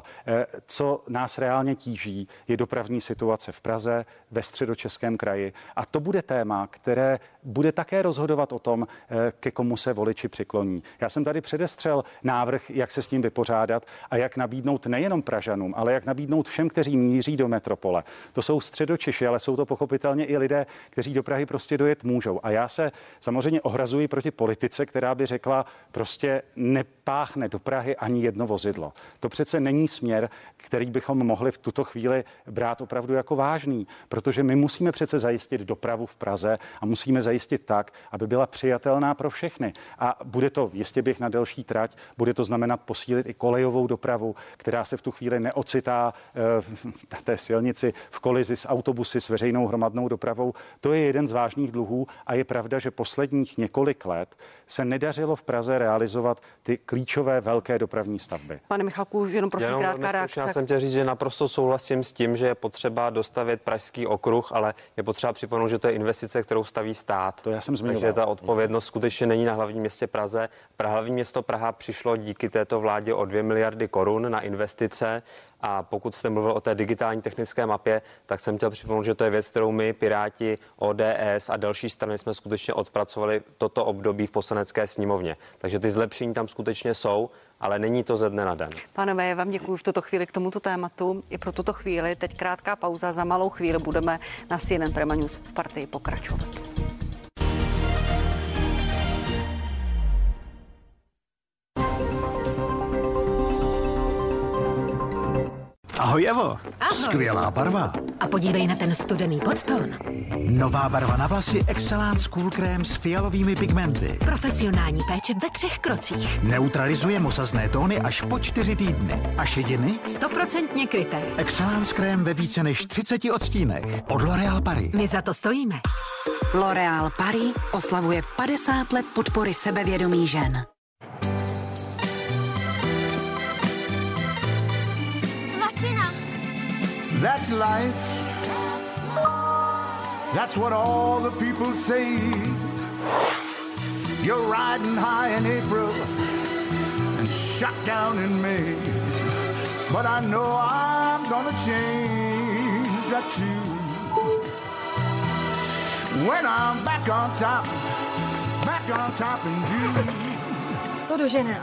Co nás reálně tíží, je dopravní situace v Praze, ve Středočeském kraji a to bude téma, které bude také rozhodovat o tom, ke komu se voliči přikloní. Já jsem tady předestřel návrh, jak se s tím vypořádat a jak nabídnout nejenom Pražanům, ale jak nabídnout všem, kteří míří do metropole. To jsou Středočeši, ale jsou to pochopitelně i lidé, kteří do Prahy prostě dojet můžou. A já se samozřejmě ohrazuji proti politice, která by řekla, prostě nepáchne do Prahy ani jedno vozidlo. To přece není směr, který bychom mohli v tuto chvíli brát opravdu jako vážný, protože my musíme přece zajistit dopravu v Praze a musíme zajistit tak, aby byla přijatelná pro všechny. A bude to jistě běh na delší trať, bude to znamenat posílit i kolejovou dopravu, která se v tu chvíli neocitá na té silnici v kolizi s autobusy, s veřejnou hromadnou dopravou. To je jeden z vážných dluhů a je pravda, že posledních několik let se nedařilo v Praze realizovat ty klíčové velké dopravní stavby. Pane Michalku, už jenom prosím jenom krátká reakce. Já jsem chtěl říct, že naprosto souhlasím s tím, že je potřeba dostavět Pražský okruh, ale je potřeba připomenout, že to je investice, kterou staví stát. To já jsem zmiňoval. Takže ta odpovědnost skutečně není na hlavním městě Praze. Hlavní město Praha přišlo díky této vládě o dvě miliardy korun na investice A pokud jste mluvil o té digitální technické mapě, tak jsem chtěl připomenout, že to je věc, kterou my, Piráti, O D S a další strany jsme skutečně odpracovali toto období v Poslanecké sněmovně. Takže ty zlepšení tam skutečně jsou, ale není to ze dne na den. Pánové, já vám děkuji v tuto chvíli k tomuto tématu. I pro tuto chvíli teď krátká pauza. Za malou chvíli budeme na C N N Prima News v Partii pokračovat. Ahoj, Evo. Ahoj. Skvělá barva. A podívej na ten studený podtón. Nová barva na vlasy Excellence Cool Crème s fialovými pigmenty. Profesionální péče ve třech krocích. Neutralizuje mosazné tóny až po čtyři týdny. A šediny? Stoprocentně kryté. Excellence Crème ve více než třiceti odstínech. Od L'Oréal Paris. My za to stojíme. L'Oréal Paris oslavuje padesát let podpory sebevědomí žen. That's life. That's what all the people say. You're riding high in April and shut down in May. But I know I'm gonna change that too. When I'm back on top, back on top in June. To doženem.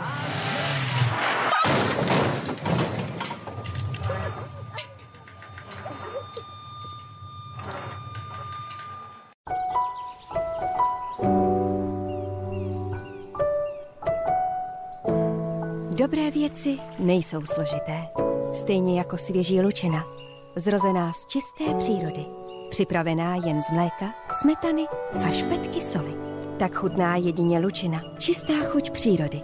Dobré věci nejsou složité. Stejně jako svěží lučina. Zrozená z čisté přírody. Připravená jen z mléka, smetany a špetky soli. Tak chutná jedině lučina. Čistá chuť přírody.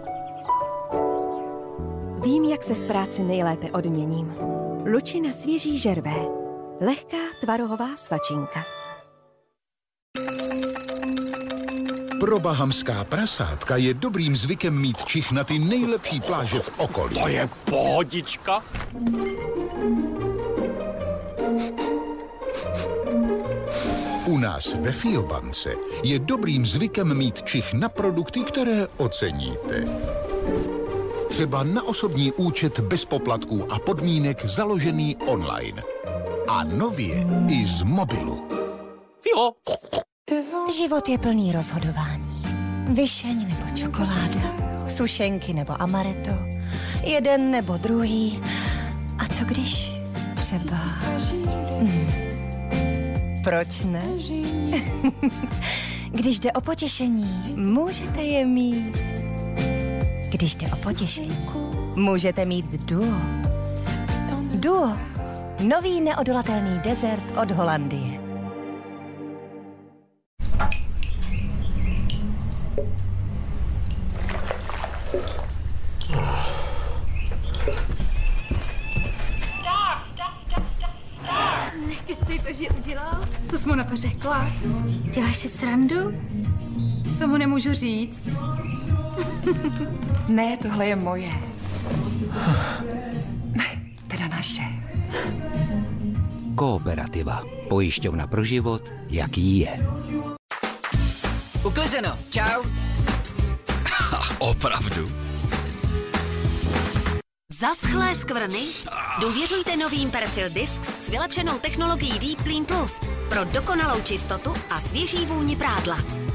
Vím, jak se v práci nejlépe odměním. Lučina svěží žervé. Lehká tvarohová svačinka. Pro bahamská prasátka je dobrým zvykem mít čich na ty nejlepší pláže v okolí. To je pohodička. U nás ve Fiobance je dobrým zvykem mít čich na produkty, které oceníte. Třeba na osobní účet bez poplatků a podmínek založený online. A nově i z mobilu. Fio. Život je plný rozhodování. Vyšeň nebo čokoláda, sušenky nebo amaretto, jeden nebo druhý. A co když třeba... Hmm. Proč ne? Když jde o potěšení, můžete je mít. Když jde o potěšení, můžete mít duo. Duo. Nový neodolatelný dezert od Holandie. Nekecej to, že udělal? Co jsi mu na to řekla? Děláš si srandu? Tomu nemůžu říct. Ne, tohle je moje. Ne, teda naše. Kooperativa. Pojišťovna pro život, jaký je. Uklizeno. Čau. Opravdu? Zaschlé skvrny? Důvěřujte novým Persil Discs s vylepšenou technologií Deep Clean Plus pro dokonalou čistotu a svěží vůni prádla.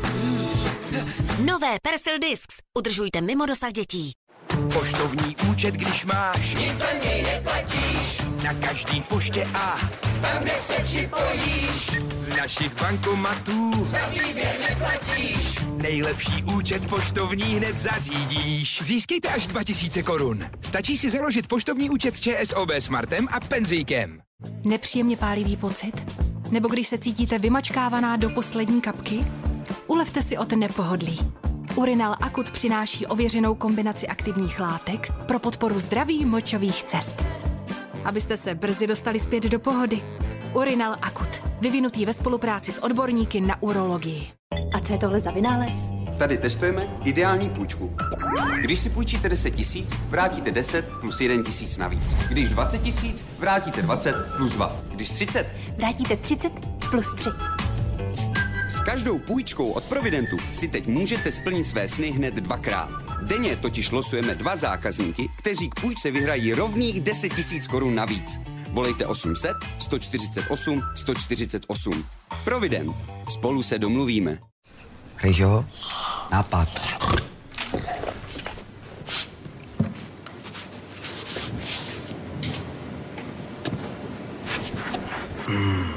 Nové Persil Discs. Udržujte mimo dosah dětí. Poštovní účet, když máš, nic za něj neplatíš. Na každý poště a tam, kde se připojíš. Z našich bankomatů za výběr neplatíš. Nejlepší účet poštovní hned zařídíš. Získejte až dva tisíce korun. Stačí si založit poštovní účet s ČSOB Smartem a penzíkem. Nepříjemně pálivý pocit? Nebo když se cítíte vymačkávaná do poslední kapky? Ulevte si od nepohodlí. Urinal Akut přináší ověřenou kombinaci aktivních látek pro podporu zdraví močových cest. Abyste se brzy dostali zpět do pohody. Urinal Akut. Vyvinutý ve spolupráci s odborníky na urologii. A co je tohle za vynález? Tady testujeme ideální půjčku. Když si půjčíte deset tisíc, vrátíte deset plus jeden tisíc navíc. Když dvacet tisíc, vrátíte dvacet plus dva. Když třicet, vrátíte třicet plus tři. S Každou půjčkou od Providentu si teď můžete splnit své sny hned dvakrát. Denně totiž losujeme dva zákazníky, kteří k půjčce vyhrají rovných deset tisíc korun navíc. Volejte osm set sto čtyřicet osm sto čtyřicet osm. Provident. Spolu se domluvíme. Ryžo, nápad. Hmm.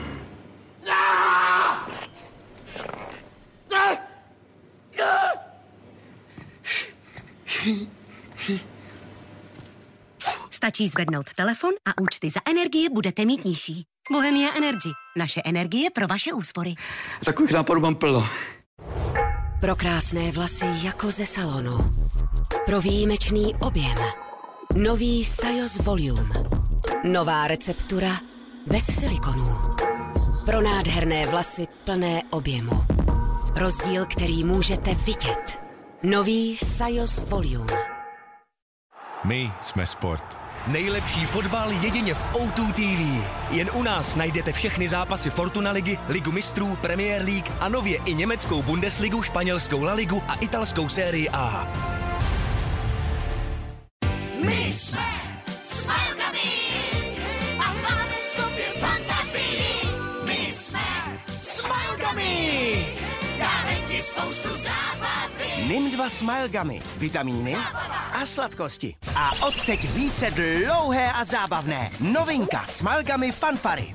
Stačí zvednout telefon a účty za energie budete mít nižší. Bohemia Energy. Naše energie pro vaše úspory. Takových nápadů mám plno. Pro krásné vlasy jako ze salonu. Pro výjimečný objem. Nový Sajos Volume. Nová receptura bez silikonů. Pro nádherné vlasy plné objemu. Rozdíl, který můžete vidět. Nový Sajos Volume. My jsme sport. Nejlepší fotbal jedině v O dva T V. Jen u nás najdete všechny zápasy Fortuna ligy, Ligu mistrů, Premier League a nově i německou Bundesligu, španělskou La Ligu a italskou sérii A. My jsme Smilgami a máme v sobě fantazii. My jsme Smilgami, dáme ti spoustu zábavy. Nim dva Smilgami, vitamíny a sladkosti. A odteď více dlouhé a zábavné. Novinka Smilgami Fanfary.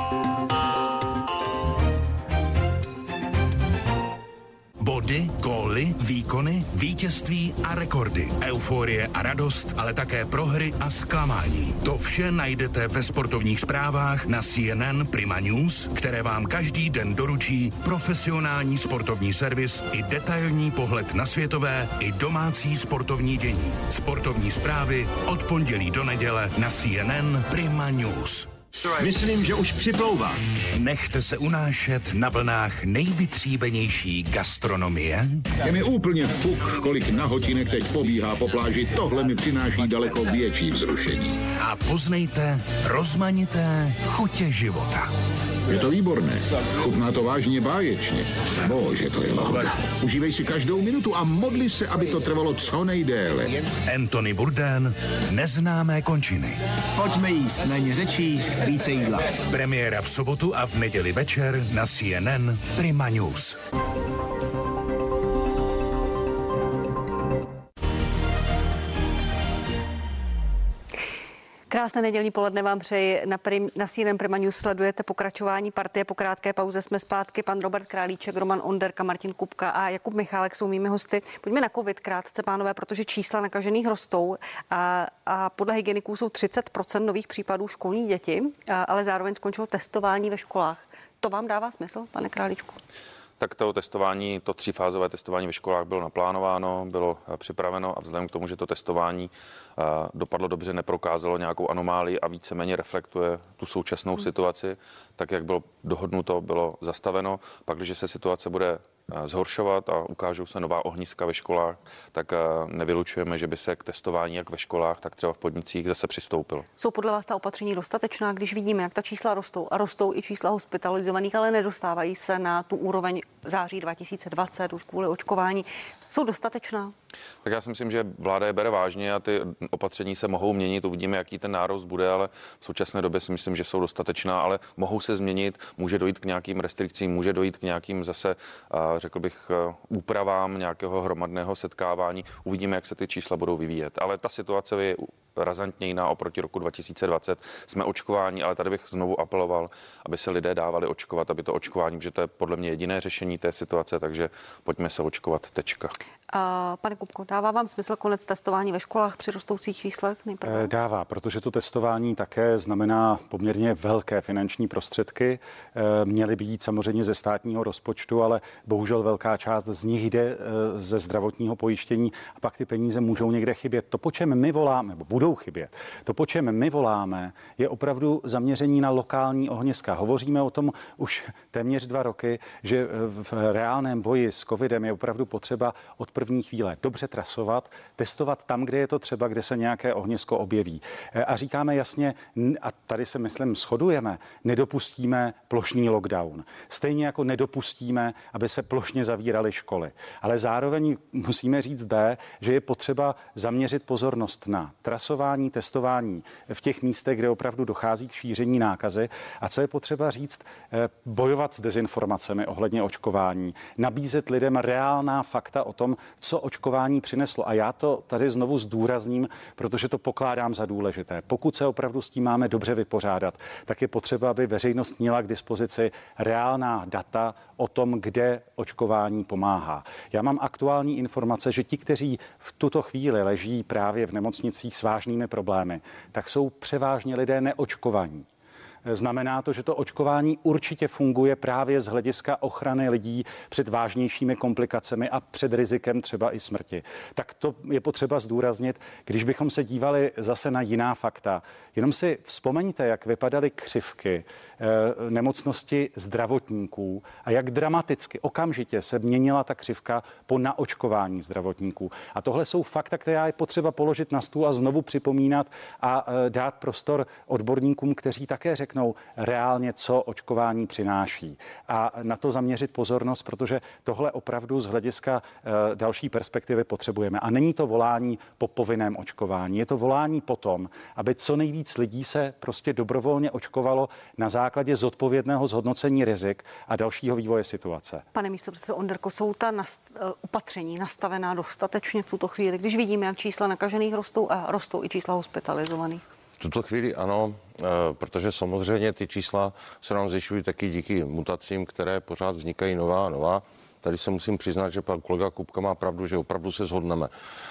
Body, góly, výkony, vítězství a rekordy, euforie a radost, ale také prohry a zklamání. To vše najdete ve sportovních zprávách na C N N Prima News, které vám každý den doručí profesionální sportovní servis i detailní pohled na světové i domácí sportovní dění. Sportovní zprávy od pondělí do neděle na C N N Prima News. Myslím, že už připlouvá. Nechte se unášet na vlnách nejvytříbenější gastronomie. Je mi úplně fuk, kolik nahotinek teď pobíhá po pláži. Tohle mi přináší daleko větší vzrušení. A poznejte rozmanité chutě života. Je to výborné. Chutná to vážně báječně. Bože, to je lahůda. Užívej si každou minutu a modli se, aby to trvalo co nejdéle. Anthony Bourdain, Neznámé končiny. Pojďme jíst, méně řečí, více jídla. Premiéra v sobotu a v neděli večer na C N N Prima News. Krásné nedělní poledne vám přeji. Na, prim, na C N N Prima News sledujete pokračování partie. Po krátké pauze jsme zpátky. Pan Robert Králíček, Roman Onderka, Martin Kupka a Jakub Michálek jsou mými hosty. Pojďme na covid krátce, pánové, protože čísla nakažených rostou a, a podle hygieniků jsou třicet procent nových případů školní děti, a, ale zároveň skončilo testování ve školách. To vám dává smysl, pane Králíčku? Tak to testování, to třífázové testování ve školách bylo naplánováno, bylo připraveno a vzhledem k tomu, že to testování dopadlo dobře, neprokázalo nějakou anomálii a víceméně reflektuje tu současnou situaci, tak jak bylo dohodnuto, bylo zastaveno. Pak, když se situace bude zhoršovat a ukážou se nová ohniska ve školách, tak nevylučujeme, že by se k testování jak ve školách, tak třeba v podnicích zase přistoupilo. Jsou podle vás ta opatření dostatečná, když vidíme, jak ta čísla rostou a rostou i čísla hospitalizovaných, ale nedostávají se na tu úroveň září dva tisíce dvacet už kvůli očkování. Jsou dostatečná? Tak já si myslím, že vláda je bere vážně a ty opatření se mohou měnit. Uvidíme, jaký ten nárůst bude, ale v současné době si myslím, že jsou dostatečná, ale mohou se změnit, může dojít k nějakým restrikcím, může dojít k nějakým zase, řekl bych, úpravám nějakého hromadného setkávání. Uvidíme, jak se ty čísla budou vyvíjet. Ale ta situace je razantně jiná oproti roku dva tisíce dvacet. Jsme očkováni, ale tady bych znovu apeloval, aby se lidé dávali očkovat, aby to očkování, protože to je podle mě jediné řešení té situace, takže pojďme se očkovat, tečka. A, pane Kupko, dává vám smysl konec testování ve školách při rostoucích číslech? Nejprve? Dává, protože to testování také znamená poměrně velké finanční prostředky. Měly by jít samozřejmě ze státního rozpočtu, ale bohužel velká část z nich jde ze zdravotního pojištění a pak ty peníze můžou někde chybět. To, po čem my voláme, nebo budou chybět, to, po čem my voláme, je opravdu zaměření na lokální ohniska. Hovoříme o tom už téměř dva roky, že v reálném boji s covidem je opravdu potřeba od první chvíle dobře trasovat, testovat tam, kde je to třeba, kde se nějaké ohnisko objeví. A říkáme jasně, a tady se myslím shodujeme, nedopustíme plošný lockdown. Stejně jako nedopustíme, aby se plošně zavíraly školy. Ale zároveň musíme říct D, že je potřeba zaměřit pozornost na trasování, testování v těch místech, kde opravdu dochází k šíření nákazy. A co je potřeba říct, bojovat s dezinformacemi ohledně očkování, nabízet lidem reálná fakta o tom, co očkování přineslo. A já to tady znovu zdůrazním, protože to pokládám za důležité. Pokud se opravdu s tím máme dobře vypořádat, tak je potřeba, aby veřejnost měla k dispozici reálná data o tom, kde očkování pomáhá. Já mám aktuální informace, že ti, kteří v tuto chvíli leží právě v nemocnicích s vážnými problémy, tak jsou převážně lidé neočkovaní. Znamená to, že to očkování určitě funguje právě z hlediska ochrany lidí před vážnějšími komplikacemi a před rizikem třeba i smrti. Tak to je potřeba zdůraznit, když bychom se dívali zase na jiná fakta. Jenom si vzpomeňte, jak vypadaly křivky eh, nemocnosti zdravotníků a jak dramaticky okamžitě se měnila ta křivka po naočkování zdravotníků. A tohle jsou fakta, která je potřeba položit na stůl a znovu připomínat a eh, dát prostor odborníkům, kteří také řeknou reálně, co očkování přináší. A na to zaměřit pozornost, protože tohle opravdu z hlediska e, další perspektivy potřebujeme. A není to volání po povinném očkování. Je to volání po tom, aby co nejvíc lidí se prostě dobrovolně očkovalo na základě zodpovědného zhodnocení rizik a dalšího vývoje situace. Pane místopředsedo Onderko, jsou ta nast, opatření nastavená dostatečně v tuto chvíli, když vidíme, jak čísla nakažených rostou a rostou i čísla hospitalizovaných? V tuto chvíli ano, protože samozřejmě ty čísla se nám zvyšují taky díky mutacím, které pořád vznikají nová a nová. Tady se musím přiznat, že pan kolega Kupka má pravdu, že opravdu se shodneme.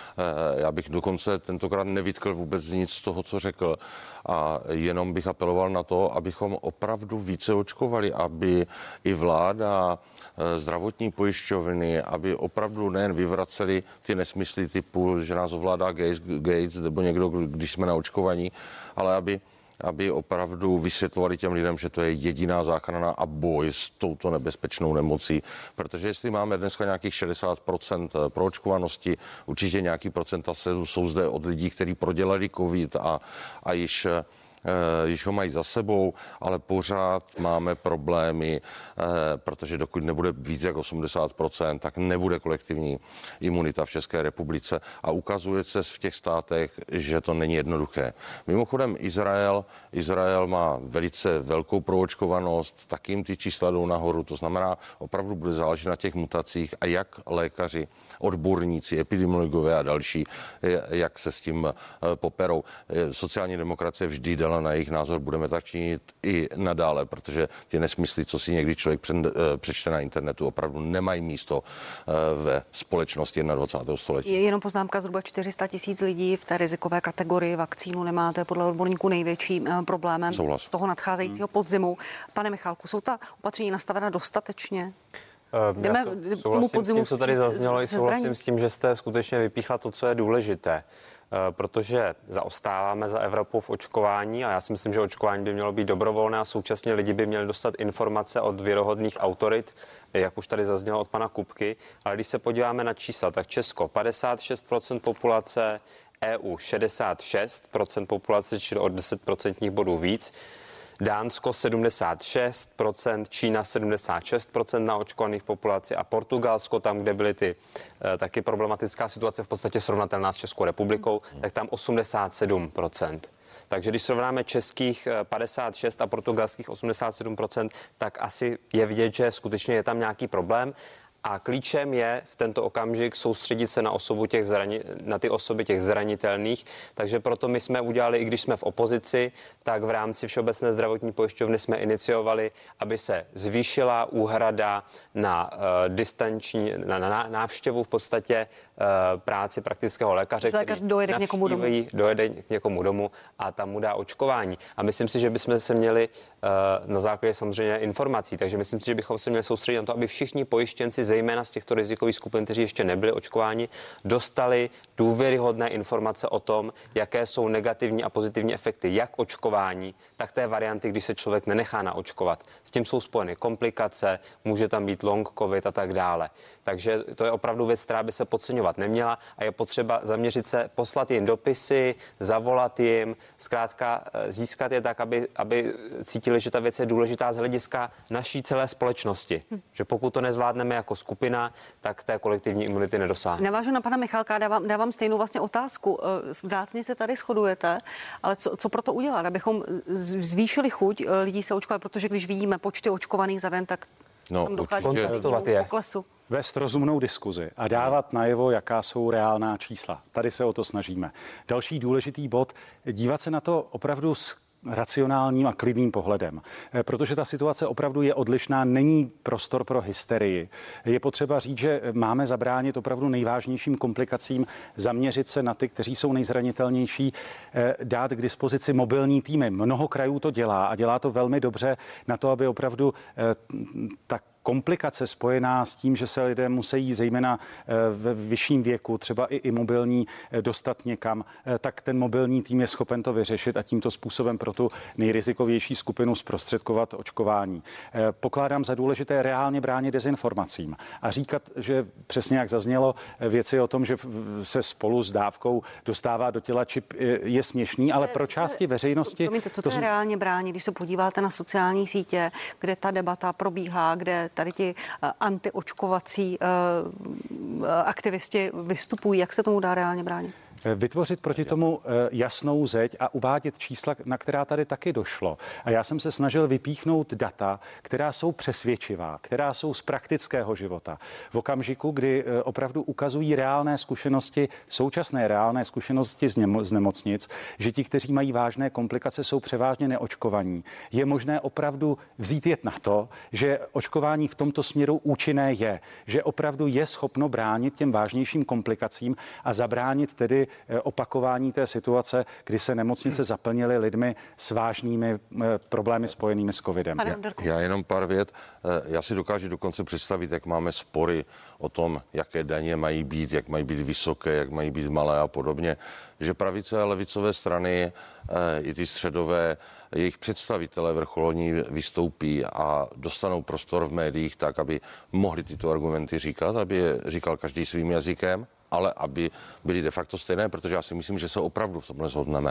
Já bych dokonce tentokrát nevytkl vůbec nic z toho, co řekl, a jenom bych apeloval na to, abychom opravdu více očkovali, aby i vláda, zdravotní pojišťovny, aby opravdu nejen vyvraceli ty nesmysly typu, že nás ovládá Gates, Gates nebo někdo, když jsme na očkovaní, ale aby aby opravdu vysvětlovali těm lidem, že to je jediná záchrana a boj s touto nebezpečnou nemocí. Protože jestli máme dneska nějakých šedesát procent proočkovanosti, určitě nějaký procenta jsou zde od lidí, kteří prodělali covid a, a již již ho mají za sebou, ale pořád máme problémy, protože dokud nebude víc jak osmdesát procent, tak nebude kolektivní imunita v České republice a ukazuje se v těch státech, že to není jednoduché. Mimochodem Izrael, Izrael má velice velkou proočkovanost, taky jim ty čísla jdou nahoru, to znamená, opravdu bude záležet na těch mutacích a jak lékaři, odborníci, epidemiologové a další, jak se s tím poperou. Sociální demokracie vždy dala na jejich názor, budeme tak činit i nadále, protože ty nesmysly, co si někdy člověk přečte na internetu, opravdu nemají místo ve společnosti dvacátého prvního století. Je jenom poznámka, zhruba čtyři sta tisíc lidí v té rizikové kategorii, vakcínu nemá, to je podle odborníků největším problémem Souhlas. toho nadcházejícího hmm. podzimu. Pane Michálku, jsou ta opatření nastavena dostatečně? Jdeme Já souhlasím s tím, co tady zaznělo, i souhlasím s tím, že jste skutečně vypíchla to, co je důležité, protože zaostáváme za Evropou v očkování a já si myslím, že očkování by mělo být dobrovolné a současně lidi by měli dostat informace od věrohodných autorit, jak už tady zaznělo od pana Kupky, ale když se podíváme na čísla, tak Česko padesát šest procent populace, E U šedesát šest procent populace, čili o deset procentních bodů víc, Dánsko sedmdesát šest procent, Čína sedmdesát šest procent naočkovaných populaci a Portugalsko, tam, kde byly ty e, taky problematická situace v podstatě srovnatelná s Českou republikou, hmm. tak tam osmdesát sedm procent. Takže když srovnáme českých padesát šest a portugalských osmdesát sedm procent, tak asi je vidět, že skutečně je tam nějaký problém. A klíčem je v tento okamžik soustředit se na, osobu těch zrani, na ty osoby těch zranitelných. Takže proto my jsme udělali, i když jsme v opozici, tak v rámci Všeobecné zdravotní pojišťovny jsme iniciovali, aby se zvýšila úhrada na uh, distanční, na, na návštěvu v podstatě uh, práci praktického lékaře, lékař dojede k někomu domů. dojede k někomu domu a tam mu dá očkování. A myslím si, že bychom se měli uh, na základě samozřejmě informací, takže myslím si, že bychom se měli soustředit na to, aby všichni pojištěnci zejména z těchto rizikových skupin, kteří ještě nebyli očkováni, dostali důvěryhodné informace o tom, jaké jsou negativní a pozitivní efekty jak očkování, tak té varianty, když se člověk nenechá naočkovat. S tím jsou spojeny komplikace, může tam být long covid a tak dále. Takže to je opravdu věc, která by se podceňovat neměla a je potřeba zaměřit se, poslat jim dopisy, zavolat jim, zkrátka získat je tak, aby, aby cítili, že ta věc je důležitá z hlediska naší celé společnosti. Hm. Že pokud to nezvládneme jako skupina, tak té kolektivní imunity nedosáhneme. Navážu na pana Michalka, dávám, dávám stejnou vlastně otázku. Vzácně se tady shodujete, ale co, co pro to udělat, abychom zvýšili chuť lidí se očkovat, protože když vidíme počty očkovaných za den, tak no, tam dochází určitě. k poklesu. Vést rozumnou diskuzi a dávat najevo, jaká jsou reálná čísla. Tady se o to snažíme. Další důležitý bod, dívat se na to opravdu s racionálním a klidným pohledem, protože ta situace opravdu je odlišná, není prostor pro hysterii. Je potřeba říct, že máme zabránit opravdu nejvážnějším komplikacím, zaměřit se na ty, kteří jsou nejzranitelnější, dát k dispozici mobilní týmy. Mnoho krajů to dělá a dělá to velmi dobře na to, aby opravdu tak komplikace spojená s tím, že se lidé musí zejména ve vyšším věku, třeba i imobilní, dostat někam, tak ten mobilní tým je schopen to vyřešit a tímto způsobem pro tu nejrizikovější skupinu zprostředkovat očkování. Pokládám za důležité reálně bránit dezinformacím a říkat, že přesně jak zaznělo, věci o tom, že se spolu s dávkou dostává do těla čip, je směšný, ale pro části veřejnosti... Promiňte, co to je reálně bránit, když se podíváte na sociální sítě, kde ta debata probíhá, kde tady ti antiočkovací aktivisti vystupují. Jak se tomu dá reálně bránit? Vytvořit proti tomu jasnou zeď a uvádět čísla, na která tady taky došlo. A já jsem se snažil vypíchnout data, která jsou přesvědčivá, která jsou z praktického života. V okamžiku, kdy opravdu ukazují reálné zkušenosti, současné reálné zkušenosti z, němo, z nemocnic, že ti, kteří mají vážné komplikace, jsou převážně neočkovaní. Je možné opravdu vzít jet na to, že očkování v tomto směru účinné je, že opravdu je schopno bránit těm vážnějším komplikacím a zabránit tedy opakování té situace, kdy se nemocnice zaplnily lidmi s vážnými problémy spojenými s covidem. Já, já jenom pár vět. Já si dokážu dokonce představit, jak máme spory o tom, jaké daně mají být, jak mají být vysoké, jak mají být malé a podobně. Že pravice a levicové strany, i ty středové, jejich představitelé vrcholní vystoupí a dostanou prostor v médiích tak, aby mohli tyto argumenty říkat, aby je říkal každý svým jazykem, ale aby byly de facto stejné, protože já si myslím, že se opravdu v tomhle shodneme.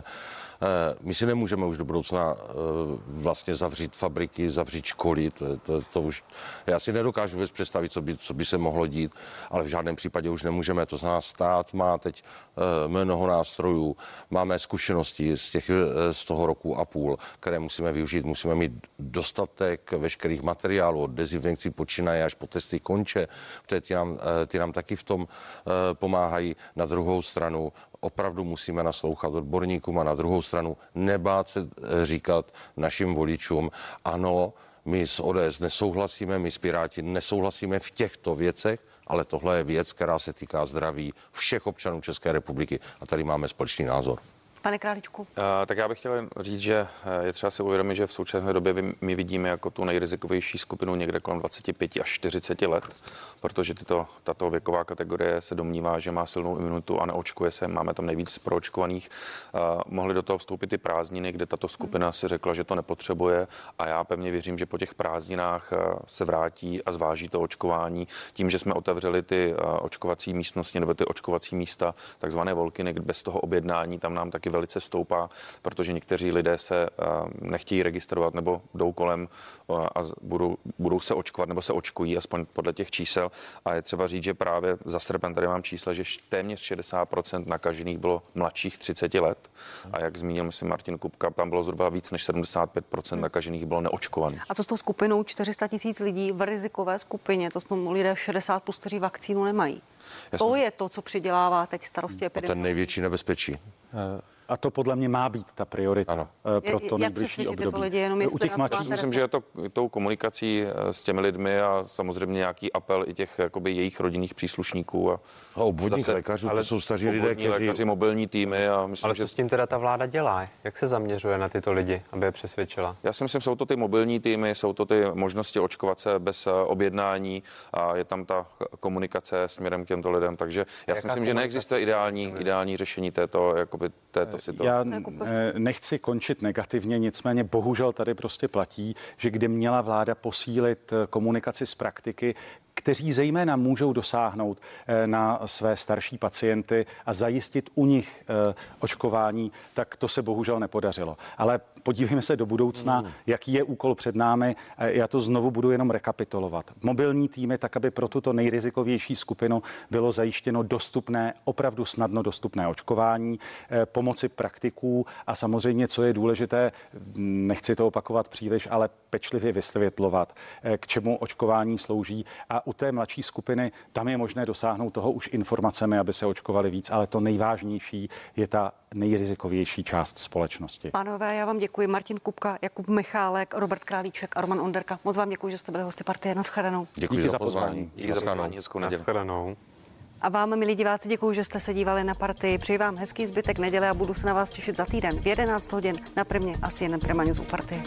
My si nemůžeme už do budoucna vlastně zavřít fabriky, zavřít školy, to, to, to už, já si nedokážu vůbec představit, co by, co by se mohlo dít, ale v žádném případě už nemůžeme. To znamená, stát má teď mnoho nástrojů, máme zkušenosti z, těch, z toho roku a půl, které musíme využít, musíme mít dostatek veškerých materiálů, od dezinfekcí počínaje až po testy konče, protože ty nám, ty nám taky v tom pomáhají. Na druhou stranu opravdu musíme naslouchat odborníkům a na druhou stranu nebát se říkat našim voličům, ano, my s O D S nesouhlasíme, my s Piráti nesouhlasíme v těchto věcech, ale tohle je věc, která se týká zdraví všech občanů České republiky a tady máme společný názor. Pane Králíčku. Uh, tak já bych chtěl říct, že je třeba si uvědomit, že v současné době my vidíme jako tu nejrizikovější skupinu někde kolem dvacet pět až čtyřicet let, protože tyto, tato věková kategorie se domnívá, že má silnou imunitu a neočkuje se. Máme tam nejvíc proočkovaných. Uh, mohly do toho vstoupit i prázdniny, kde tato skupina si řekla, že to nepotřebuje a já pevně věřím, že po těch prázdninách uh, se vrátí a zváží to očkování. Tím, že jsme otevřeli ty uh, očkovací místnosti nebo ty očkovací místa, takzvané volkyny, bez toho objednání, tam nám taky velice stoupá, protože někteří lidé se uh, nechtějí registrovat nebo jdou kolem uh, a budou, budou se očkovat nebo se očkují, aspoň podle těch čísel. A je třeba říct, že právě za srpen tady mám čísla, že téměř šedesát procent nakažených bylo mladších třicet let. A jak zmínil, myslím, Martin Kupka, tam bylo zhruba víc než sedmdesát pět procent nakažených bylo neočkovaných. A co s tou skupinou čtyři sta tisíc lidí v rizikové skupině? To jsou lidé šedesát plus, kteří vakcínu nemají. To je to, co přidělává teď starosti A epidemie. ten největší nebezpečí. A to podle mě má být ta priorita ano. pro to nejbližší období. Lidi, jenom U těch mladších myslím, že je to tou komunikací s těmi lidmi a samozřejmě nějaký apel i těch jakoby jejich rodinných příslušníků. A, a obvodních lékařů, to jsou staří lidé, kteří... lékaři, mobilní týmy. A myslím, ale co že... s tím teda ta vláda dělá? Jak se zaměřuje na tyto lidi, aby je přesvědčila? Já si myslím, jsou to ty mobilní týmy, jsou to ty možnosti očkovat se bez objednání a je tam ta komunikace směrem k těmto lidem. Takže já si myslím, že neexistuje ideální, ideální řešení této, jakoby, této situace. Já nechci končit negativně, nicméně bohužel tady prostě platí, že kdy měla vláda posílit komunikaci s praktiky, kteří zejména můžou dosáhnout na své starší pacienty a zajistit u nich očkování, tak to se bohužel nepodařilo. Ale podívejme se do budoucna, hmm. jaký je úkol před námi. Já to znovu budu jenom rekapitulovat. Mobilní týmy, tak aby pro tuto nejrizikovější skupinu bylo zajištěno dostupné, opravdu snadno dostupné očkování, pomoci praktiků a samozřejmě, co je důležité, nechci to opakovat příliš, ale pečlivě vysvětlovat, k čemu očkování slouží. A u té mladší skupiny tam je možné dosáhnout toho už informacemi, aby se očkovali víc, ale to nejvážnější je ta nejrizikovější část společnosti. Pánové, já vám děkuji. Martin Kupka, Jakub Michálek, Robert Králíček a Roman Onderka. Moc vám děkuji, že jste byli hosty Partie. Nashledanou. Děkuji Díky za pozvání. Díky za pozvání. Nashledanou. A vám, milí diváci, děkuji, že jste se dívali na Partii. Přeji vám hezký zbytek neděle a budu se na vás těšit za týden v jedenáct hodin na Primě a C N N Prima News u Partie.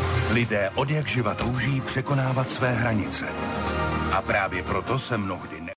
Lidé odjakživa touží překonávat své hranice. A právě proto se mnohdy